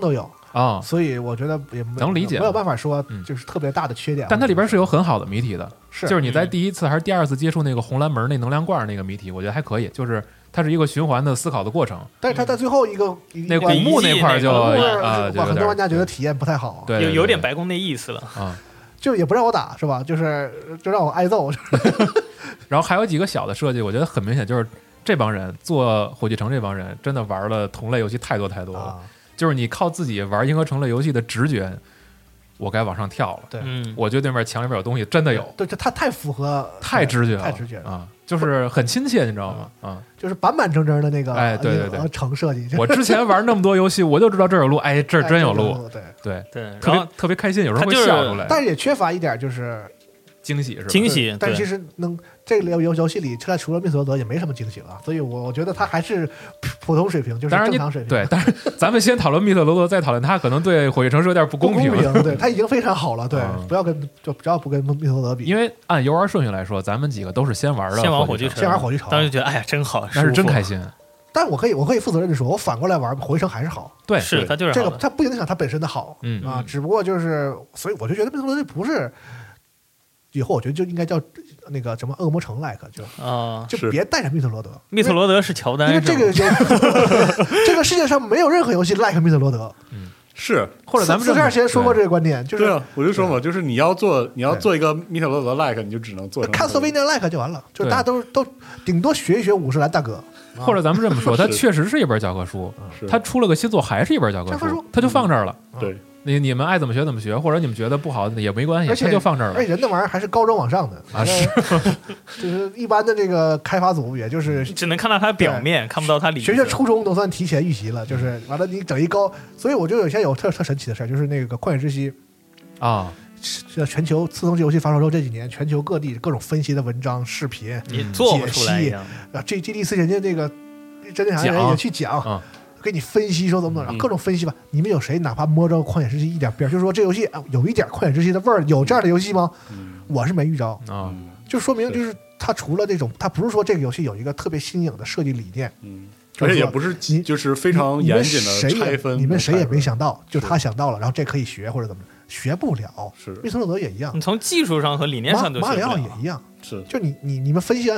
啊， 所以我觉得也能理解， 没有办法说就是特别大的缺点。 但它里边是有很好的谜题的， 就是你在第一次还是第二次接触那个红蓝门那能量罐那个谜题，我觉得还可以，就是它是一个循环的思考的过程。 但是它在最后一个那古墓那块就很多玩家觉得体验不太好， 对， 有点白宫那意思了啊， 就也不让我打是吧？就让我挨揍。 然后还有几个小的设计，我觉得很明显就是这帮人做火炬城，这帮人真的玩了同类游戏太多了。就是你靠自己玩银河城类游戏的直觉，我该往上跳了。 对， 我觉得对面墙里边有东西，真的有。 对，它太符合， 太直觉了， 太直觉了啊！就是很亲切，你知道吗？啊， 就是板板正正的那个， 哎，对， 城设计。 我之前玩那么多游戏，我就知道这有路，哎，这真有路。 对， 特别开心，有时候会笑出来。 但是也缺乏一点就是惊喜，是吧？ 惊喜。 但其实这个游戏里，除了密斯罗德也没什么惊喜了，所以我觉得它还是普通水平，就是正常水平。 对，但是咱们先讨论密特罗德，再讨论它可能对火炬城是有点不公平。 对，它已经非常好了，对，不要不跟密特罗德比。 因为按游玩顺序来说，咱们几个都是先玩火炬城， 先玩火炬城， 当时觉得哎呀真好， 那是真开心。 但我可以负责任的说，我反过来玩火炬城还是好。 对， 是它就是这个，它不影响它本身的好，只不过就是，所以我就觉得密特罗德不是。以后我觉得就应该叫那个什么恶魔城 like 就别带着密特罗德。 密特罗德是乔丹， 因为这个世界上没有任何游戏 like 密特罗德。 是， 或者咱们之前说过这个观点，就是对啊，我就说嘛，就是你要做一个密特罗德 like， 你就只能做看索维尼 like 就完了，就大家都顶多学一学50岚大哥。 或者咱们这么说，它确实是一本教科书，它出了个新作还是一本教科书，它就放这儿了。 对。 你们爱怎么学怎么学，或者你们觉得不好也没关系，它就放这儿了。 而且人那玩意儿还是高中往上的啊，是， 就是一般的这个开发组，也就是只能看到它表面，看不到它里面。 学初中都算提前预习了，就是完了你整一高，所以我就有些特神奇的事儿，就是那个旷野之息啊， 全球自动游戏发售之后这几年，全球各地各种分析的文章、视频、 解析啊，GDC 人家这个真正人也去讲。给你分析说怎么各种分析吧。你们有谁哪怕摸着旷野之息一点边，就是说这游戏有一点旷野之息的味儿，有这样的游戏吗？我是没遇着啊，就说明就是它除了这种，它不是说这个游戏有一个特别新颖的设计理念， 而且也不是就是非常严谨的拆分， 你们谁也没想到，就他想到了，然后这可以学或者怎么学不了。 是密特罗德也一样， 你从技术上和理念上都马里奥也一样。 是， 就你们分析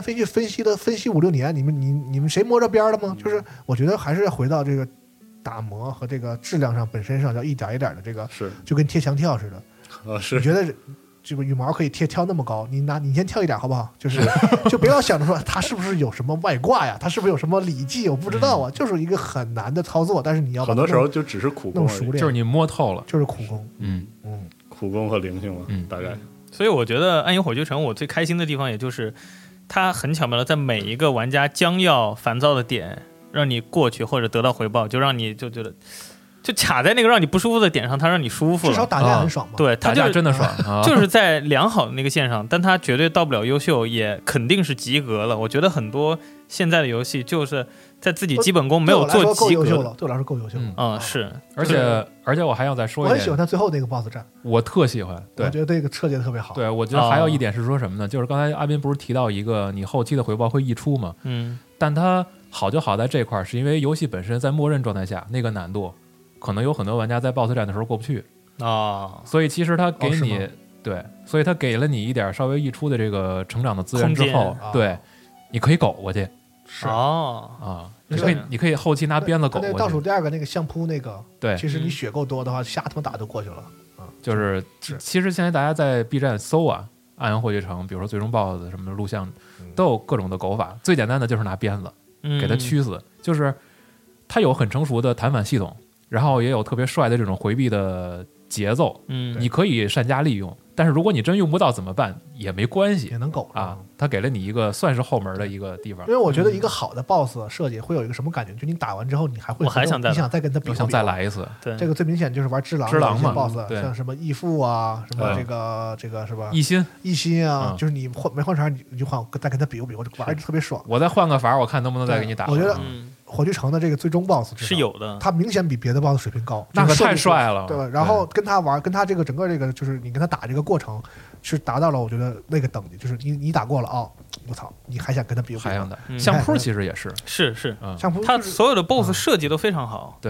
5-6年，你们谁摸着边了吗？就是我觉得还是要回到这个打磨和这个质量上本身上要一点一点的这个， 是就跟贴墙跳似的。 是， 你觉得这个羽毛可以跳那么高，你先跳一点好不好？就不要想着说它是不是有什么外挂呀，它是不是有什么礼记，我不知道啊，就是一个很难的操作，但是你要很多时候就只是苦功， 弄熟练， 就是你摸透了， 就是苦功， 苦功和灵性了，大概。 所以我觉得《暗影火炬城》我最开心的地方，也就是它很巧妙的在每一个玩家将要烦躁的点，让你过去或者得到回报，就让你就觉得就卡在那个让你不舒服的点上，它让你舒服了。 至少打架很爽嘛。 对， 打架真的爽， 就是在良好的那个线上，但它绝对到不了优秀，也肯定是及格了。我觉得很多现在的游戏就是在自己基本功没有做及格了，对我来说够优秀了。 是， 而且我还要再说一点， 我很喜欢他最后那个 BOSS 战， 我特喜欢，对， 我觉得这个设计的特别好。 对，我觉得还有一点是说什么呢？就是刚才阿斌不是提到一个你后期的回报会溢出吗？但它好就好在这块，是因为游戏本身在默认状态下那个难度。可能有很多玩家在 BOSS 战的时候过不去所以其实他给你对，所以他给了你一点稍微溢出的这个成长的资源之后，对，你可以苟过去， 是你可以后期拿鞭子苟过去。 倒数第二个那个相扑那个， 对， 其实你血够多的话，瞎他妈打就过去了就是其实现在大家在 B 站搜啊，暗影火炬城，比如说最终 BOSS 什么的录像，都有各种的苟法。最简单的就是拿鞭子给他驱死，就是它有很成熟的弹反系统。然后也有特别帅的这种回避的节奏，你可以善加利用。但是如果你真用不到怎么办？也没关系， 也能苟啊。他给了你一个算是后门的一个地方。 因为我觉得一个好的 BOSS 设计会有一个什么感觉？就你打完之后，你还会你想再跟他比， 想再来一次。 对， 这个最明显就是玩只狼嘛 BOSS，像什么义父啊，什么这个是吧？ 一心啊，就是你没换成你就换，再跟他比我就玩的特别爽。 我再换个法，我看能不能再给你打。 我觉得火炬城的这个最终 BOSS 是有的， 他明显比别的 BOSS 水平高， 那可太帅了， 对吧？然后跟他玩，跟他这个整个这个就是你跟他打这个过程，是达到了我觉得那个等级，就是你打过了啊，我操，你还想跟他比？ 还想打？相扑其实也是， 是， 相扑他所有的 BOSS 设计都非常好， 对。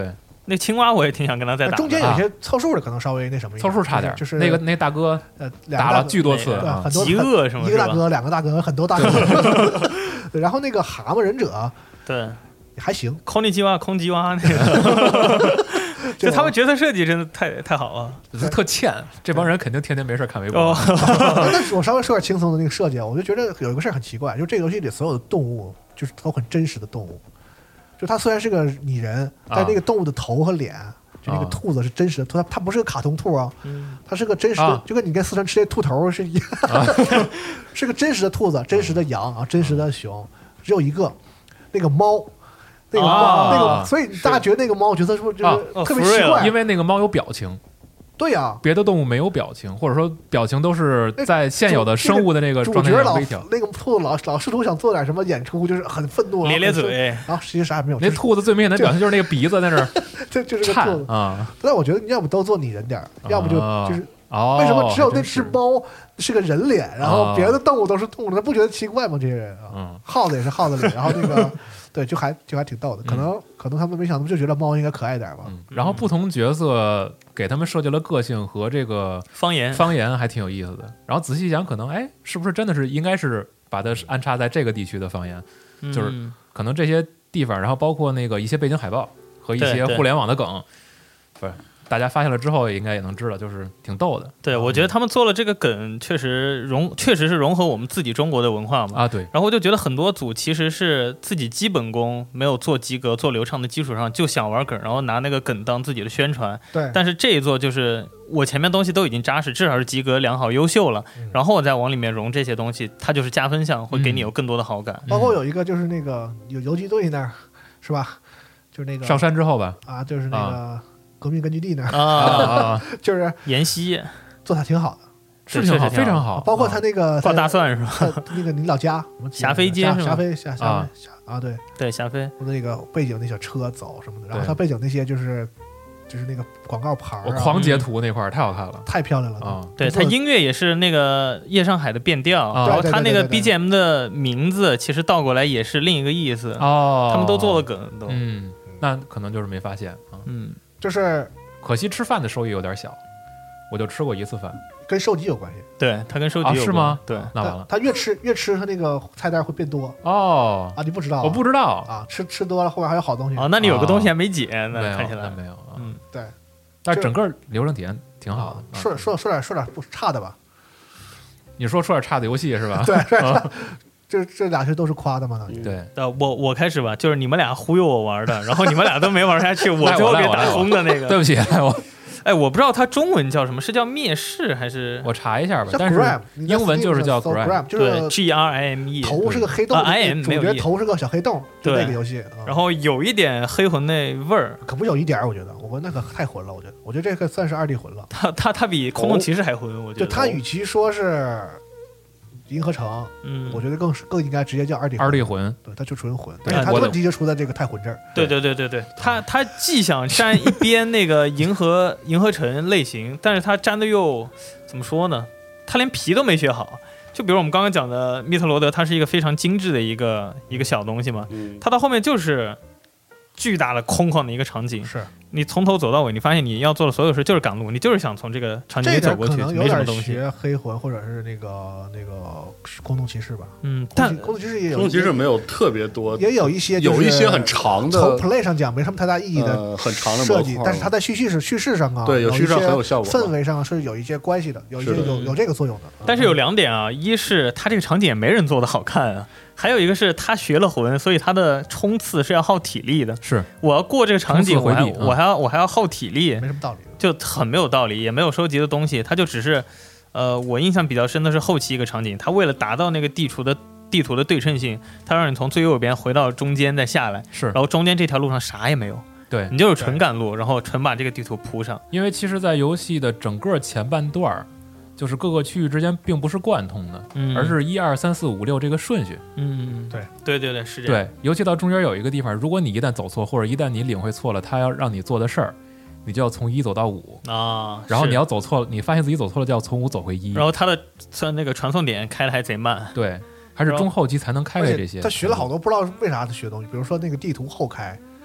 那青蛙我也挺想跟他再打。 中间有些凑数的可能稍微那什么一点， 凑数差点， 就是那大哥打了巨多次， 很多极恶什么， 一个大哥、两个大哥、很多大哥。然后那个蛤蟆忍者， 对， 还行。 空地鸡蛙、空鸡蛙那个。就他们角色设计真的太好了， 特欠。这帮人肯定天天没事看微博。 但是我稍微说点轻松的那个设计，我就觉得有一个事儿很奇怪，就这个游戏里所有的动物就是都很真实的动物。就它虽然是个拟人，但那个动物的头和脸，就那个兔子是真实的，它不是个卡通兔啊，它是个真实的，就跟你跟四川吃那兔头是一样，是个真实的兔子、真实的羊啊、真实的熊，只有一个，那个猫。那个猫，所以大家觉得那个猫角色是不是就是特别奇怪？ 因为那个猫有表情。 对呀， 别的动物没有表情，或者说表情都是在现有的生物的那个状态下微调。 那个兔子老试图想做点什么演出，就是很愤怒， 咧嘴， 然后实际啥也没有。 那兔子最明显的表情就是那个鼻子在那儿， 这就是个兔子啊。 但我觉得你要不都做拟人点，要不就是为什么只有那只猫是个人脸，然后别的动物都是动物，他不觉得奇怪吗？这些人啊，耗子也是耗子脸，然后那个。对，就还挺逗的，可能他们没想到，就觉得猫应该可爱点吧。 然后不同角色给他们设计了个性和这个方言还挺有意思的。然后仔细想，可能是不是真的是应该是把它安插在这个地区的方言，就是可能这些地方，然后包括那个一些背景海报和一些互联网的梗，不是。大家发现了之后，应该也能知道，就是挺逗的。 对，我觉得他们做了这个梗，确实是融合我们自己中国的文化嘛。 啊，对。 然后我就觉得很多组其实是自己基本功没有做及格、做流畅的基础上，就想玩梗，然后拿那个梗当自己的宣传。 对。 但是这一座就是我前面东西都已经扎实，至少是及格、良好、优秀了，然后我再往里面融这些东西，它就是加分项，会给你有更多的好感。 包括有一个就是那个有游击队那儿，是吧？就是那个上山之后吧。 啊，就是那个。革命根据地那儿啊， 就是延禧做的挺好的， 是挺好，非常好。 包括他那个挂大蒜是吧？ 那个你老家霞飞街是吧？ 霞飞啊， 对霞飞那个背景那小车走什么的，然后他背景那些就是那个广告牌， 我狂截图那块太好看了， 太漂亮了啊！ 对他音乐也是那个夜上海的变调，然后他那个 BGM 的名字其实倒过来也是另一个意思哦， 他们都做了梗都， 那可能就是没发现啊， 就是可惜吃饭的收益有点小，我就吃过一次饭， 跟收集有关系。 对，它跟收集有关系是吗？ 对， 那完了， 它越吃它那个菜单会变多哦啊，你不知道？ 我不知道啊，吃多了后面还有好东西哦。那你有个东西还没解，那看起来没有对， 但整个流程体验挺好的。说点不差的吧？ 你说点差的游戏是吧？ 对。这俩是都是夸的吗？ 对， 我开始吧，就是你们俩忽悠我玩的，然后你们俩都没玩下去，我最后给打通的那个。 对不起， 我不知道它中文叫什么，是叫灭世还是？ 我查一下吧。但是英文就是叫 Grime， 对 GRIME， 头是个黑洞 ，IM 主角头是个小黑洞，就那个游戏。 然后有一点黑魂那味儿， 可不有一点，我觉得那个太混了，我觉得这个算是2D 魂了。 它比空洞骑士还混，我觉得。 就它与其说是。银河城，我觉得更应该直接叫2D 魂， 对，它就纯混，但是它问题就出在这个太混这儿。 对，它既想沾一边那个银河城类型，但是它沾的又怎么说呢？它连皮都没学好。就比如我们刚刚讲的密特罗德，它是一个非常精致的一个小东西嘛，它到后面就是巨大的空旷的一个场景， 是你从头走到尾，你发现你要做的所有事就是赶路，你就是想从这个场景里走过去，没什么东西。 学黑魂或者是那个空洞骑士吧， 但空洞骑士也有， 空洞骑士没有特别多， 也有一些很长的， 从 play 上讲没什么太大意义的很长的设计，但是它在叙事上啊， 对，有叙事上很有效果， 氛围上是有一些关系的，有这个作用的。 但是有2点啊，一是它这个场景也没人做的好看啊。还有一个是他学了魂，所以他的冲刺是要耗体力的。 是， 我要过这个场景，我还要耗体力， 没什么道理， 就很没有道理，也没有收集的东西。他就只是，我印象比较深的是后期一个场景，他为了达到那个地图的对称性，他让你从最右边回到中间再下来， 是， 然后中间这条路上啥也没有， 对你就是纯赶路，然后纯把这个地图铺上。 因为其实，在游戏的整个前半段。就是各个区域之间并不是贯通的，而是1、2、3、4、5、6这个顺序。 对， 是这样。 对，尤其到中间有一个地方，如果你一旦走错，或者一旦你领会错了，他要让你做的事儿，你就要从1走到5 啊。 然后你要走错了，你发现自己走错了，就要从5走回1。 然后他的那个传送点开的还贼慢。 对，还是中后期才能开开这些。 他学了好多不知道为啥他学东西，比如说那个地图后开。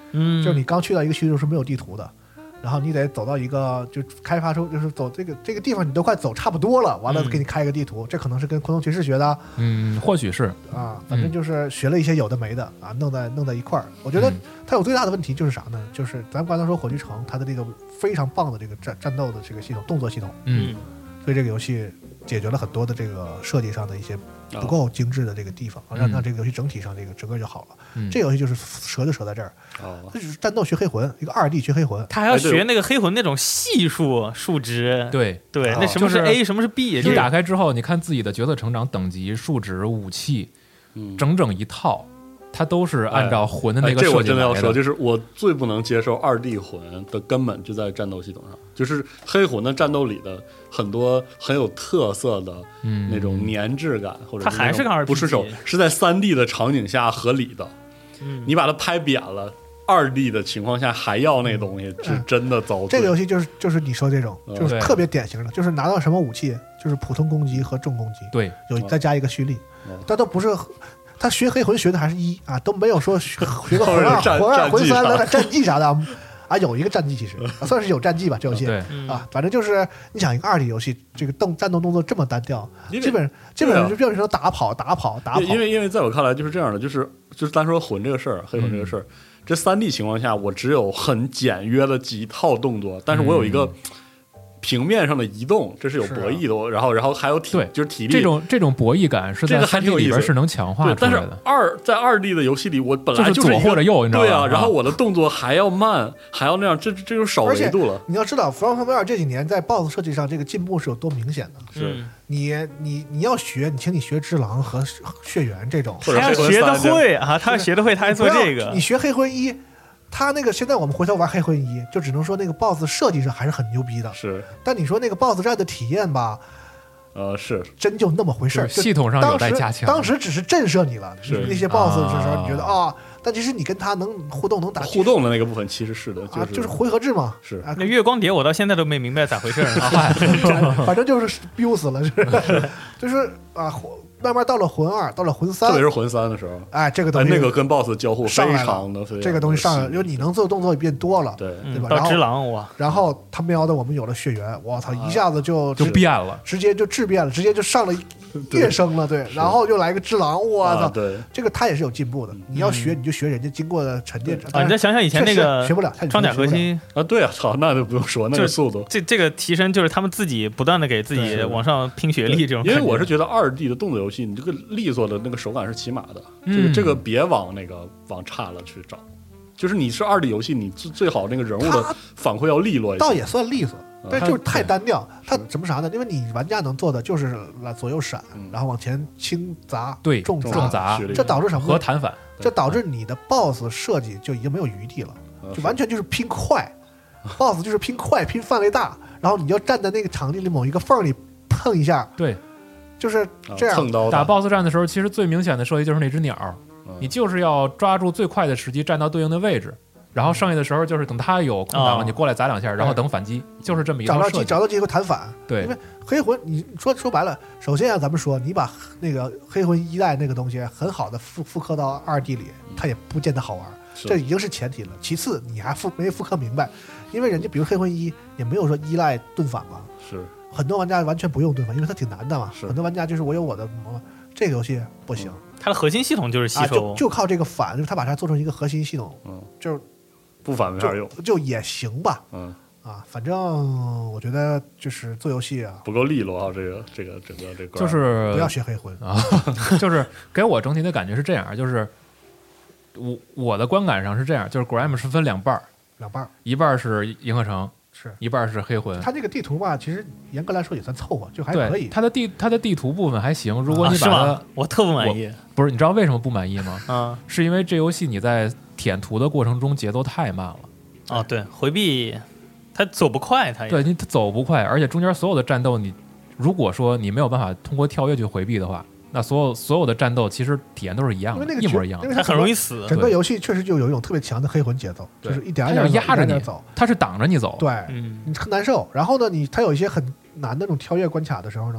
就是你刚去到一个区域是没有地图的。然后你得走到一个就开发出就是走这个地方你都快走差不多了，完了给你开一个地图，这可能是跟昆虫骑士学的， 或许是啊，反正就是学了一些有的没的啊，弄在一块儿。我觉得它有最大的问题就是啥呢？就是咱们刚才说火炬城它的这个非常棒的这个战斗的这个系统动作系统，所以这个游戏解决了很多的这个设计上的一些不够精致的这个地方，让这个游戏整体上这个整个就好了。这个游戏就是折就折在这儿，它就是战斗学黑魂，一个2D 学黑魂， 他还要学那个黑魂那种系数数值。 对， 那什么是 A， 什么是 B？ 你打开之后，你看自己的角色成长等级、数值、武器，整整一套。它都是按照魂的那个设计来的。 这我真的要说，就是我最不能接受2D 魂的根本就在战斗系统上，就是黑魂的战斗里的很多很有特色的那种粘质感，或者它还是个 RPG， 不是是在3D 的场景下合理的。你把它拍扁了，2D 的情况下还要那东西，是真的糟。 这个游戏就是你说这种，就是特别典型的，就是拿到什么武器就是普通攻击和重攻击， 对， 有再加一个蓄力，但都不是。他学黑魂学的还是1啊，都没有说学个魂2、魂2、魂3的战绩啥的啊，有一个战绩其实算是有战绩吧，这游戏啊，反正就是你想一个2D 游戏，这个战斗动作这么单调，基本上就变成打跑。 因为在我看来就是这样的，就是单说魂这个事儿，黑魂这个事儿，这3D 情况下我只有很简约的几套动作，但是我有一个。平面上的移动，这是有博弈的，然后还有就是体力， 这种博弈感是在3D 里边是能强化出来的。 但是在2D 的游戏里，我本来就是左或者右，你知道吗？ 对啊，然后我的动作还要慢，还要那样，这就是少维度了。 你要知道 From Software 这几年在 BOSS 设计上这个进步是有多明显的。 是你要学，请你学只狼和血缘这种， 他要学得会啊，他要学得会，他还做这个。 你学黑魂1。他那个现在我们回头玩黑魂1，就只能说那个 BOSS 设计上还是很牛逼的。 是， 但你说那个 BOSS 战的体验吧， 是真就那么回事儿。 系统上有待加强。 当时只是震慑你了，那些 BOSS 的时候，你觉得啊，但其实你跟他能互动，能打互动的那个部分，其实是的， 就是回合制嘛。 是那月光蝶，我到现在都没明白咋回事反正就是biu死了，就是啊。慢慢到了魂2，到了魂3， 特别是魂3的时候， 哎，这个东西那个跟 BOSS 交互非常的， 这个东西上来，因为你能做的动作也变多了， 对吧？ 到只狼哇， 然后他喵的，我们有了血缘，我操，一下子就变了， 直接就质变了，直接就上了跃升了，对，然后又来个只狼，我操， 对， 这个他也是有进步的。你要学，你就学人家经过的沉淀啊。你再想想以前那个学不了装甲核心啊，对啊，操，那就不用说那个速度， 这个提升就是他们自己不断的给自己往上拼学历这种。 因为我是觉得2D 的动作游戏，你这个力做的那个手感是起码的，这个别往差了去找。就是你是2D 游戏，你最好那个人物的反馈要利落一些， 倒也算利索，但就是太单调。它什么啥呢？因为你玩家能做的就是左右闪，然后往前轻砸、重砸， 这导致什么？ 和弹反， 这导致你的 BOSS 设计就已经没有余地了，就完全就是拼快，BOSS 就是拼快、拼范围大，然后你要站在那个场地里某一个缝里碰一下， 对。 就是这样打 BOSS 战的时候，其实最明显的设计就是那只鸟，你就是要抓住最快的时机站到对应的位置，然后剩下的时候就是等他有空档了，你过来砸两下，然后等反击，就是这么一套设计。 找到机会弹反。 对， 因为黑魂，你说白了，首先咱们说，你把那个黑魂1代那个东西很好的复刻到2D 里，它也不见得好玩，这已经是前提了。其次，你还没复刻明白，因为人家比如黑魂1也没有说依赖盾反嘛。 是。 很多玩家完全不用盾反，因为它挺难的嘛。很多玩家就是我有我的，这个游戏不行。 它的核心系统就是吸收， 就靠这个反，就是它把它做成一个核心系统，就是不反没法用， 就也行吧。反正我觉得就是做游戏啊， 不够利落啊，这个整个这个就是不要学黑魂啊，就是给我整体的感觉是这样，就是我的观感上是这样，就是 Grime 是分两半，一半是银河城。 是一半是黑魂， 它这个地图吧，其实严格来说也算凑合，就还可以。 它的地图部分还行，如果你把它， 我特不满意。 不是，你知道为什么不满意吗？是因为这游戏你在舔图的过程中节奏太慢了。 哦，对，回避它走不快，它走不快，而且中间所有的战斗，你如果说你没有办法通过跳跃去回避的话。那所有的战斗其实体验都是一样的，一模一样的， 它很容易死。 整个游戏确实就有一种特别强的黑魂节奏，就是一点点压着你走， 它是挡着你走， 对，你很难受。然后呢，它有一些很难的那种跳跃关卡的时候呢，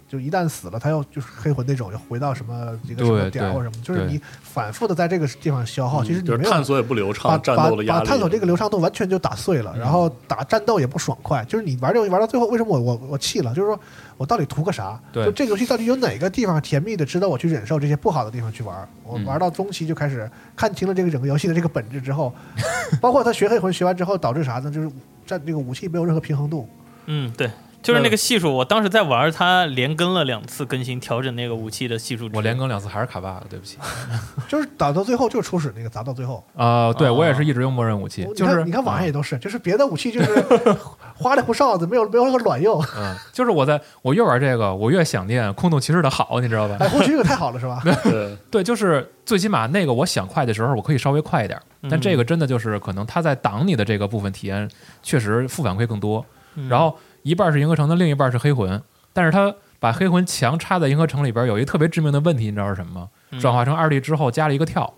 就一旦死了，他要就是黑魂那种，要回到什么一个什么点或什么，就是你反复的在这个地方消耗，其实你没有探索也不流畅，战斗的压力， 把探索这个流畅度完全就打碎了，然后打战斗也不爽快，就是你玩这游戏玩到最后，为什么我气了？就是说我到底图个啥？就这个游戏到底有哪个地方甜蜜的值得我去忍受这些不好的地方去玩？我玩到中期就开始看清了这个整个游戏的这个本质之后，包括他学黑魂学完之后导致啥呢？就是这个武器没有任何平衡度。 对。就是那个系数，我当时在玩，它连更了2次更新，调整那个武器的系数值。 我连更2次还是卡 bug， 对不起。 就是打到最后就是初始那个砸到最后。 对我也是一直用默认武器，就是你看网上也都是，就是别的武器就是花里胡哨子，没有那个卵用。 就是我越玩这个，我越想念空洞骑士的好，你知道吧？ 哎，空洞骑士太好了，是吧？ 对，就是最起码那个我想快的时候，我可以稍微快一点，但这个真的就是可能它在挡你的这个部分体验确实负反馈更多，然后。一半是银河城的，另一半是黑魂，但是他把黑魂墙插在银河城里边，有一个特别致命的问题，你知道是什么吗？转化成2D 之后加了一个跳。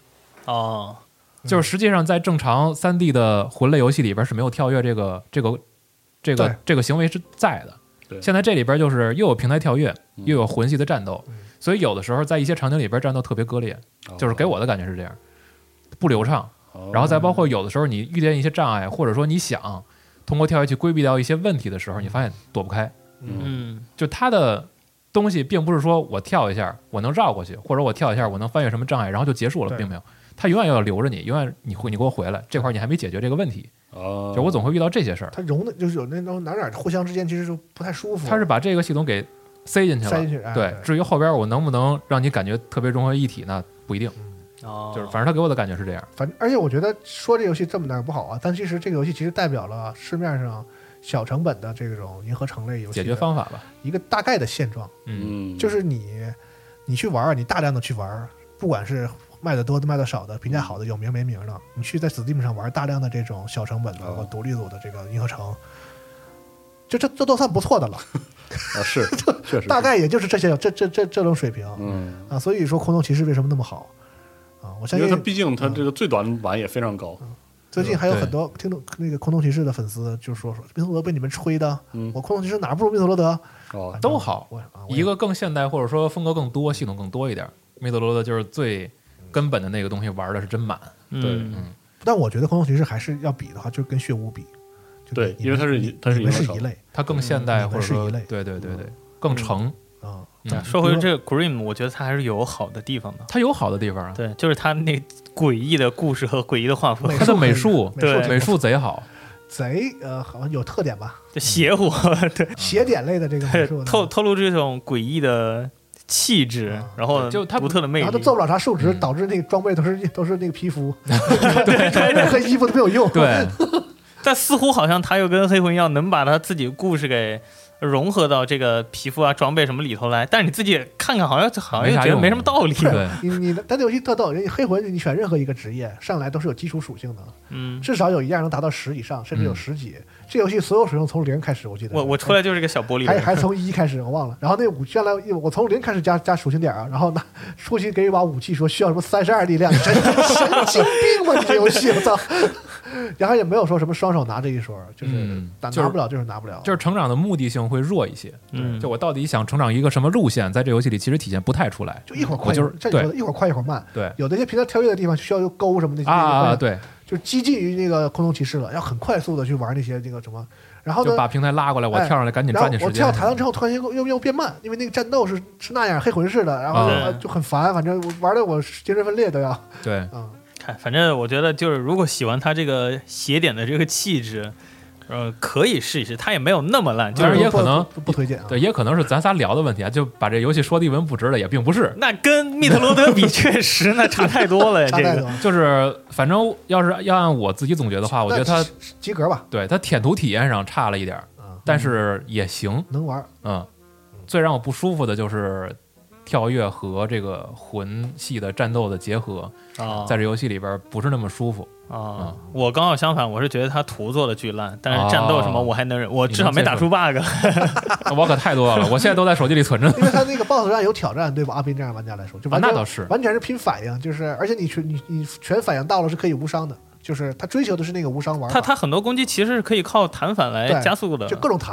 就是实际上在正常3D 的魂类游戏里边是没有跳跃这个行为是在的。现在这里边就是又有平台跳跃，又有魂系的战斗，所以有的时候在一些场景里边战斗特别割裂，就是给我的感觉是这样，不流畅。然后再包括有的时候你遇见一些障碍，或者说你想通过跳跃去规避掉一些问题的时候，你发现躲不开。就它的东西并不是说我跳一下我能绕过去，或者我跳一下我能翻越什么障碍然后就结束了，并没有，它永远要留着你，永远你给我回来，这块你还没解决这个问题。就我总会遇到这些事儿。 它融的就是有那种哪互相之间其实就不太舒服。 它是把这个系统给塞进去了，对。至于后边我能不能让你感觉特别融合一体呢？不一定。就是反正他给我的感觉是这样。 而且我觉得说这游戏这么哪不好啊，但其实这个游戏其实代表了市面上小成本的这种银河城类游戏解决方法吧， 一个大概的现状。就是你去玩，你大量的去玩，不管是卖的多的卖的少的，评价好的有名没名的，你去在 Steam 上玩大量的这种小成本的或独立组的这个银河城，就这都算不错的了。 是，确实大概也就是这种水平。所以说空洞骑士为什么那么好？我相信， 因为它毕竟它这个最短版也非常高。 最近还有很多听众那个空洞骑士的粉丝就说密特罗德被你们吹的，我空洞骑士哪不如密特罗德？ 都好，一个更现代或者说风格更多、系统更多一点。密特罗德就是最根本的那个东西，玩的是真满。 对， 但我觉得空洞骑士还是要比的话，就跟血污比。 对，因为它是一类， 它更现代或者说是一类， 对，更成。 说回这个 Grim， 我觉得它还是有好的地方的。 它有好的地方啊， 对，就是它那诡异的故事和诡异的画风， 它的美术贼好， 好像有特点吧， 邪乎，对， 邪典类的这个美术， 透露这种诡异的气质，然后就它独特的魅力， 然后都做不了啥数值，导致那个装备都是那个皮肤，对，任何衣服都没有用， 对。 但似乎好像他又跟黑魂一样，能把他自己的故事给融合到这个皮肤啊、装备什么里头来，但是你自己看看，好像又觉得没什么道理。 对， 你但这游戏特逗，黑魂你选任何一个职业上来都是有基础属性的，至少有一样能达到10以上，甚至有10几。这游戏所有属性从0开始，我记得我出来就是个小玻璃， 还从1开始，我忘了。然后那武器上来，我从0开始加属性点啊，然后出去给一把武器说需要什么32力量，神经病吧你这游戏，我操！然后也没有说什么双手拿这一说，就是拿不了就是拿不了， 就是成长的目的性会弱一些。就我到底想成长一个什么路线，在这游戏里其实体现不太出来。 就一会儿快，一会儿快一会儿慢。 对， 有的一些平台跳跃的地方需要有钩什么的对， 就激进于那个空洞骑士了，要很快速的去玩那些这个什么，然后呢就把平台拉过来，我跳上来赶紧抓紧时间。 我跳台上之后突然间又变慢，因为那个战斗是那样黑魂式的，然后就很烦，反正玩的我精神分裂都要。 对， 反正我觉得就是如果喜欢他这个邪典的这个气质，可以试一试，他也没有那么烂， 就是也可能不推荐啊。 对，也可能是咱仨聊的问题啊，就把这游戏说的一文不值了，也并不是。 那跟密特罗德比，确实那差太多了呀。这个就是反正要按我自己总结的话，我觉得他及格吧。 对，他舔图体验上差了一点，但是也行， 能玩。 最让我不舒服的就是跳跃和这个魂系的战斗的结合，在这游戏里边不是那么舒服啊。我刚好相反，我是觉得它图做的巨烂，但是战斗什么我还能忍，我至少没打出 bug。 我可太多了，我现在都在手机里存着。 因为它那个 BOSS 战有挑战，对吧？阿斌这样玩家来说，就那倒是完全是拼反应，就是而且你全反应到了是可以无伤的。就是他追求的是那个无伤玩法。 他很多攻击其实是可以靠弹反来加速的， 就各种弹。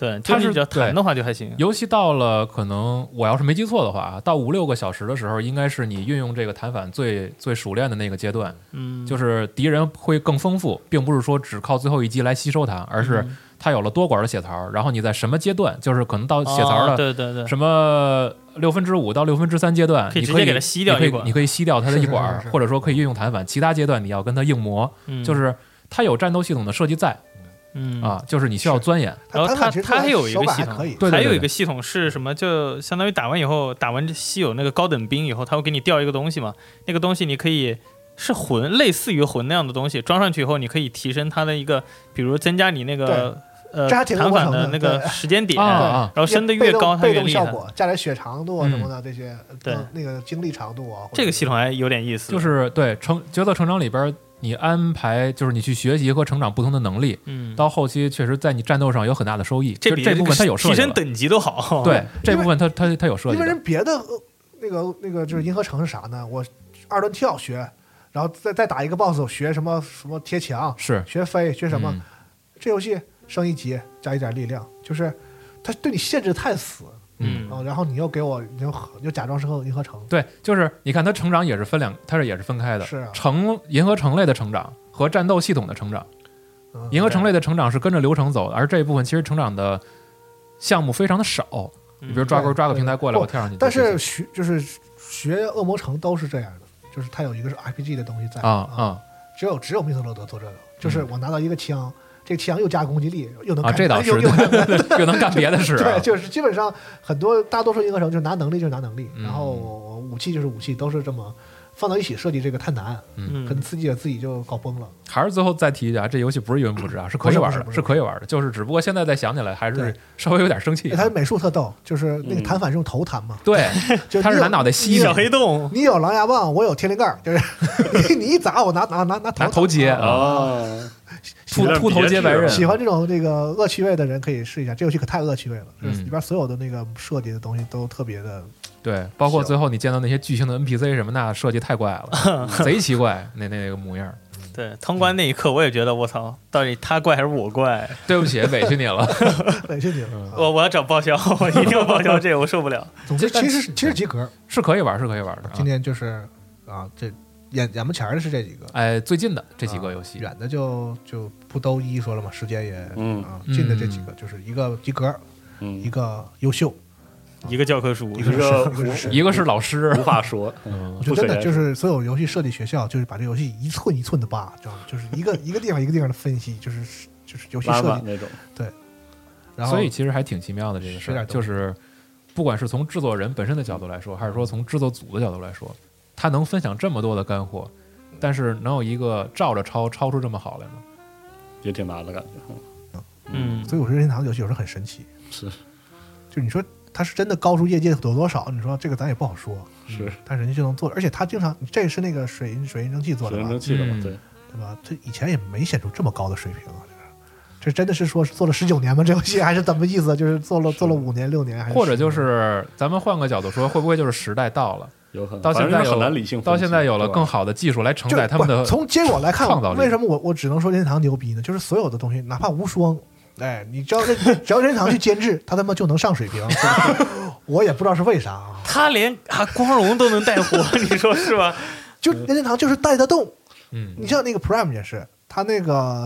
对，就是你只要弹的话就还行。 游戏到了可能我要是没记错的话，到5-6个小时的时候，应该是你运用这个弹反最熟练的那个阶段。就是敌人会更丰富，并不是说只靠最后一击来吸收它，而是它有了多管的血槽，然后你在什么阶段，就是可能到血槽的什么5/6到3/6阶段， 可以直接给它吸掉一管， 你可以吸掉它的一管，或者说可以运用弹反。其他阶段你要跟它硬磨，就是它有战斗系统的设计在。就是你需要钻研， 然后它还有一个系统， 还有一个系统是什么？就相当于打完稀有那个高等兵以后，它会给你掉一个东西嘛。那个东西你可以是魂，类似于魂那样的东西，装上去以后，你可以提升它的一个，比如增加你那个弹反的那个时间点，然后升得越高，它越厉害。 加点血长度什么的这些，对那个精力长度啊， 这个系统还有点意思。 就是对角色成长里边。你安排就是你去学习和成长不同的能力，到后期确实在你战斗上有很大的收益。这部分它有设计， 提升等级都好。 对，这部分它有设计。 因为人别的那个就是银河城是啥呢？我2轮跳学，然后再打一个 BOSS 学什么贴墙， 是学飞学什么。这游戏升1级加一点力量，就是它对你限制太死。然后你又给我，你就假装是银河城。 对，就是你看它成长也是它也是分开的。 是啊， 银河城类的成长和战斗系统的成长，银河城类的成长是跟着流程走的，而这一部分其实成长的项目非常的少。你比如抓个平台过来，我跳上去。 但是学恶魔城都是这样的，就是它有一个是 RPG 的东西在只有密特罗德做这个，就是我拿到一个枪。这个枪又加攻击力，又能这倒是又能干别的事。 对，就是基本上大多数银河城就是拿能力就是拿能力，然后武器就是武器，都是这么放到一起设计，这个太难，可能自己就搞崩了。 还是最后再提一下，这游戏不是一文不值啊，是可以玩的，是可以玩的，就是只不过现在再想起来还是稍微有点生气。 它美术特逗，就是那个弹反是用头弹嘛， 对，它是拿脑袋吸小黑洞。 你有狼牙棒，我有天灵盖，就是你一砸我拿头接啊。 秃头接白刃， 喜欢这种恶趣味的人可以试一下，这游戏可太恶趣味了，里边所有的那个设计的东西都特别的， 对，包括最后你见到那些巨型的 NPC 什么，那设计太怪了，贼奇怪，那个模样。 对，通关那一刻我也觉得我操，到底他怪还是我怪？ 对不起，委屈你了， 委屈你了。 我要找报销，我一定要报销这个，我受不了。 总之，其实及格， 是可以玩的。 今天就是这。眼巴前的是这几个， 最近的这几个游戏， 远的就不都一一说了嘛，时间也近的这几个就是一个及格，一个优秀， 一个教科书， 一个是老师， 无法说。 我觉得真的就是所有游戏设计学校，就是把这游戏一寸一寸的扒，知道吗？就是一个地方一个地方的分析，就是游戏设计那种。 对，然后所以其实还挺奇妙的这个事儿，就是不管是从制作人本身的角度来说，还是说从制作组的角度来说。他能分享这么多的干货，但是能有一个照着抄出这么好来吗？ 也挺难的感觉。 所以我说任天堂的游戏有时候很神奇。 是， 就你说他是真的高出业界有多少？你说这个咱也不好说。 是， 但人家就能做，而且他经常，这是那个水银蒸汽做的吧？ 水银蒸汽的嘛，对吧？这以前也没显出这么高的水平啊。这真的是说是做了19年吗？这游戏还是怎么意思？就是做了5年6年，还是或者就是咱们换个角度说，会不会就是时代到了？ 有可能到现在很难理性， 到现在有了更好的技术来承载他们的。 从结果来看， 创造力。 为什么我只能说任天堂牛逼呢？就是所有的东西，哪怕无双，你只要任天堂去监制，他妈就能上水平。我也不知道是为啥啊。 他连光荣都能带火，你说是吧？ 就任天堂就是带得动。你像那个 Prime 也是，他那个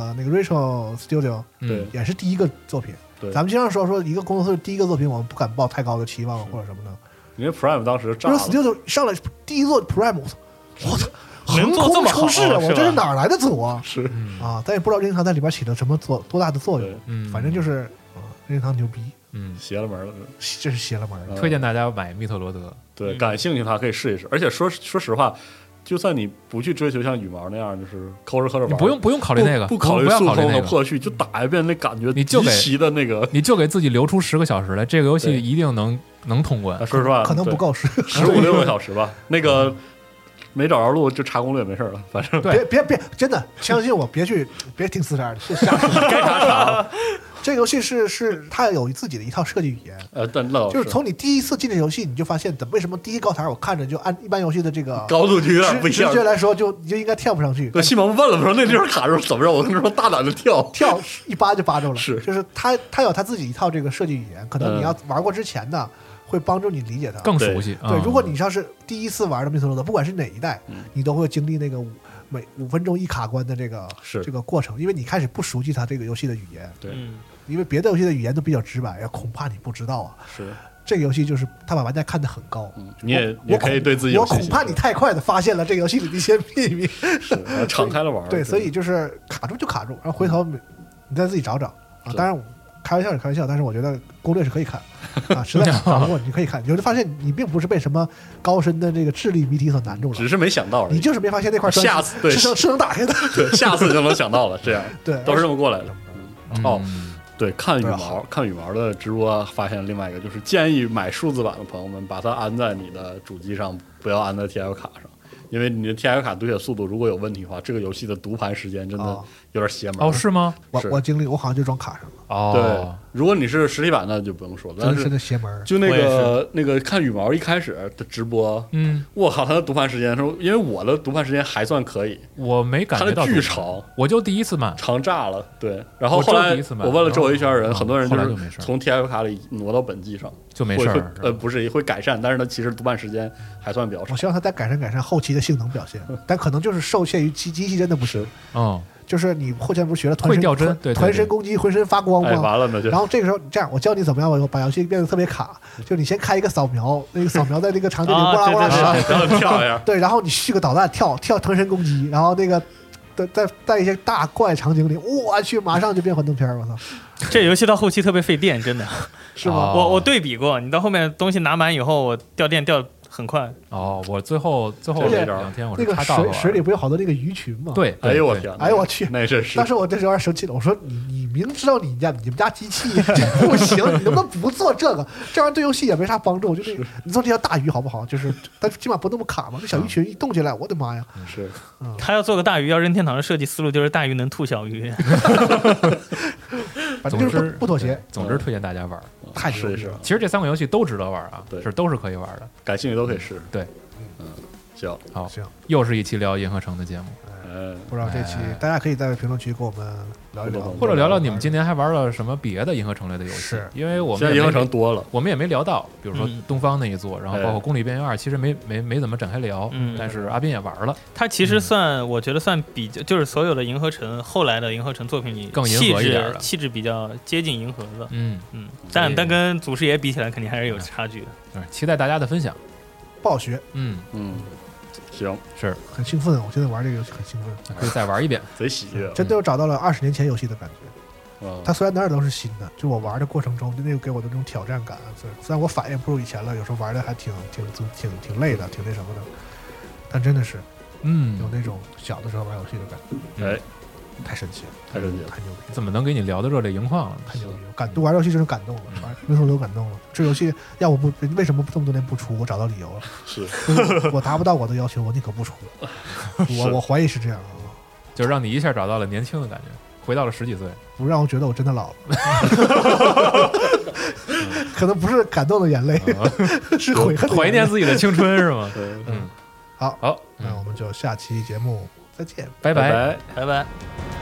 Retro Studio 也是第一个作品。咱们经常说一个工作室第一个作品，我们不敢抱太高的期望或者什么的。 因为 Prime 当时炸了 ，Studio 上来第一座 Prime， 我操， 横空出世， 我这是哪来的组啊？ 是啊，咱也不知道任天堂在里边起了什么多大的作用。反正就是任天堂牛逼， 邪了门了， 这是邪了门。 推荐大家买密特罗德， 对，感兴趣他可以试一试。而且说实话，就算你不去追求像羽毛那样，就是抠着玩， 你不用考虑那个， 不考虑速通和破序，就打一遍那感觉， 你就给自己留出10个小时来，这个游戏一定能通关。 说实话， 可能不够 15-16个小时吧。那个没找着路就查攻略没事了，反正别，真的相信我，别听432的，是瞎说， 该查查。 这个游戏是它有自己的一套设计语言，就是从你第一次进这游戏，你就发现为什么第一高台我看着就按一般游戏的这个高度就有点不一样， 直觉来说就应该跳不上去。 西蒙问了，说那地方卡住怎么着？我跟你说，大胆的跳一扒就扒住了。 是， 就是他有他自己一套这个设计语言，可能你要玩过之前的，会帮助你理解它更熟悉。 对，如果你要是第一次玩的密特罗德，不管是哪一代，你都会经历那个每5分钟一卡关的这个过程，因为你开始不熟悉它这个游戏的语言。 对， 因为别的游戏的语言都比较直白，恐怕你不是啊。 是， 这个游戏就是他把玩家看得很高。 你也可以对自己有信心。我恐怕你太快的发现了这个游戏里的一些秘密， 敞开了玩。 对，所以就是卡住就卡住，然后回头你再自己找找啊。当然，开玩笑是开玩笑，但是我觉得攻略是可以看啊，实在掌握你可以看，你就发现你并不是被什么高深的这个智力谜题所难住了， 只是没想到而已。 你就是没发现那块下次对是能打开的， 对，下次就能想到了，这样对， 都是这么过来的。对，看羽毛的直播发现另外一个就是建议买数字版的朋友们把它安在你的主机上，不要安在 TF 卡上。因为你的 TF 卡读写速度如果有问题的话，这个游戏的读盘时间真的有点邪门。 是吗？ 我经历，我好像就装卡上了。 对，如果你是实体版的就不用说了，但是真的邪门。 就那个看羽毛一开始的直播，我靠，他的读盘时间说，因为我的读盘时间还算可以， 我没感觉到他的巨长， 我就第一次买， 长炸了。对，然后后来我问了周围一圈人，很多人就是从 TF 卡里挪到本机上就没事， 不是会改善，但是它其实读盘时间还算比较长。 我希望它再改善后期的性能表现，但可能就是受限于机器真的不行。就是你后前不是学了团身攻击，浑身发光吗？ 完了呢就。 然后这个时候这样，我教你怎么样把游戏变得特别卡。就你先开一个扫描，那个扫描在那个场景里哗啦哗啦闪， 然后跳一下。 对，然后你续个导弹跳团身攻击，然后那个在一些大怪场景里，我去，马上就变幻灯片，我操！ 这游戏到后期特别费电，真的是吗？ 我对比过，你到后面东西拿满以后，我掉电掉很快。 我最后2天我是开到那个水里不有好多那个鱼群吗？ 对， 哎呦我天， 哎呦我去， 那是当时我这有点生气了，我说你明知道你们家机器不行，你能不能不做这个？这玩意儿对游戏也没啥帮助。就是你做这条大鱼好不好？就是但起码不那么卡嘛。这小鱼群一动起来，我的妈呀！ 是， 他要做个大鱼，要任天堂的设计思路就是大鱼能吐小鱼。 反正就是不妥协。 总之推荐大家玩， 太牛了。 其实这3个游戏都值得玩啊，都是可以玩的， 感兴趣都可以试。 对， 行， 好，又是一期聊银河城的节目。 不知道这期大家可以在评论区跟我们聊一聊， 或者聊聊你们今年还玩了什么别的银河城类的游戏。因为我们现在银河城多了， 我们也没聊到，比如说东方那一座，然后包括公里边缘2，其实没怎么展开聊。但是阿斌也玩了， 它其实我觉得算比较，就是所有的银河城后来的银河城作品里更银河一点的， 气质比较接近银河的。但跟祖师爷比起来，肯定还是有差距的。 对，期待大家的分享。 暴雪， 行， 是很兴奋。我现在玩这个游戏很兴奋， 可以再玩一遍， 贼喜悦。 真的又找到了20年前游戏的感觉。它虽然哪儿都是新的，就我玩的过程中，就那个给我的那种挑战感。虽然我反应不如以前了，有时候玩的还挺累的，挺那什么的，但真的是，有那种小的时候玩游戏的感觉。太神奇了， 太神奇了， 太牛逼！ 怎么能给你聊得热泪盈眶了？ 太牛逼了！感动，玩游戏真是感动了，没错都感动了。这游戏要我不为什么这么多年不出？我找到理由了， 是我达不到我的要求，我宁可不出。我怀疑是这样啊， 就让你一下找到了年轻的感觉，回到了10几岁， 不让我觉得我真的老了。可能不是感动的眼泪，是怀念自己的青春，是吗？ 好，那我们就下期节目再见， 拜拜， 拜拜。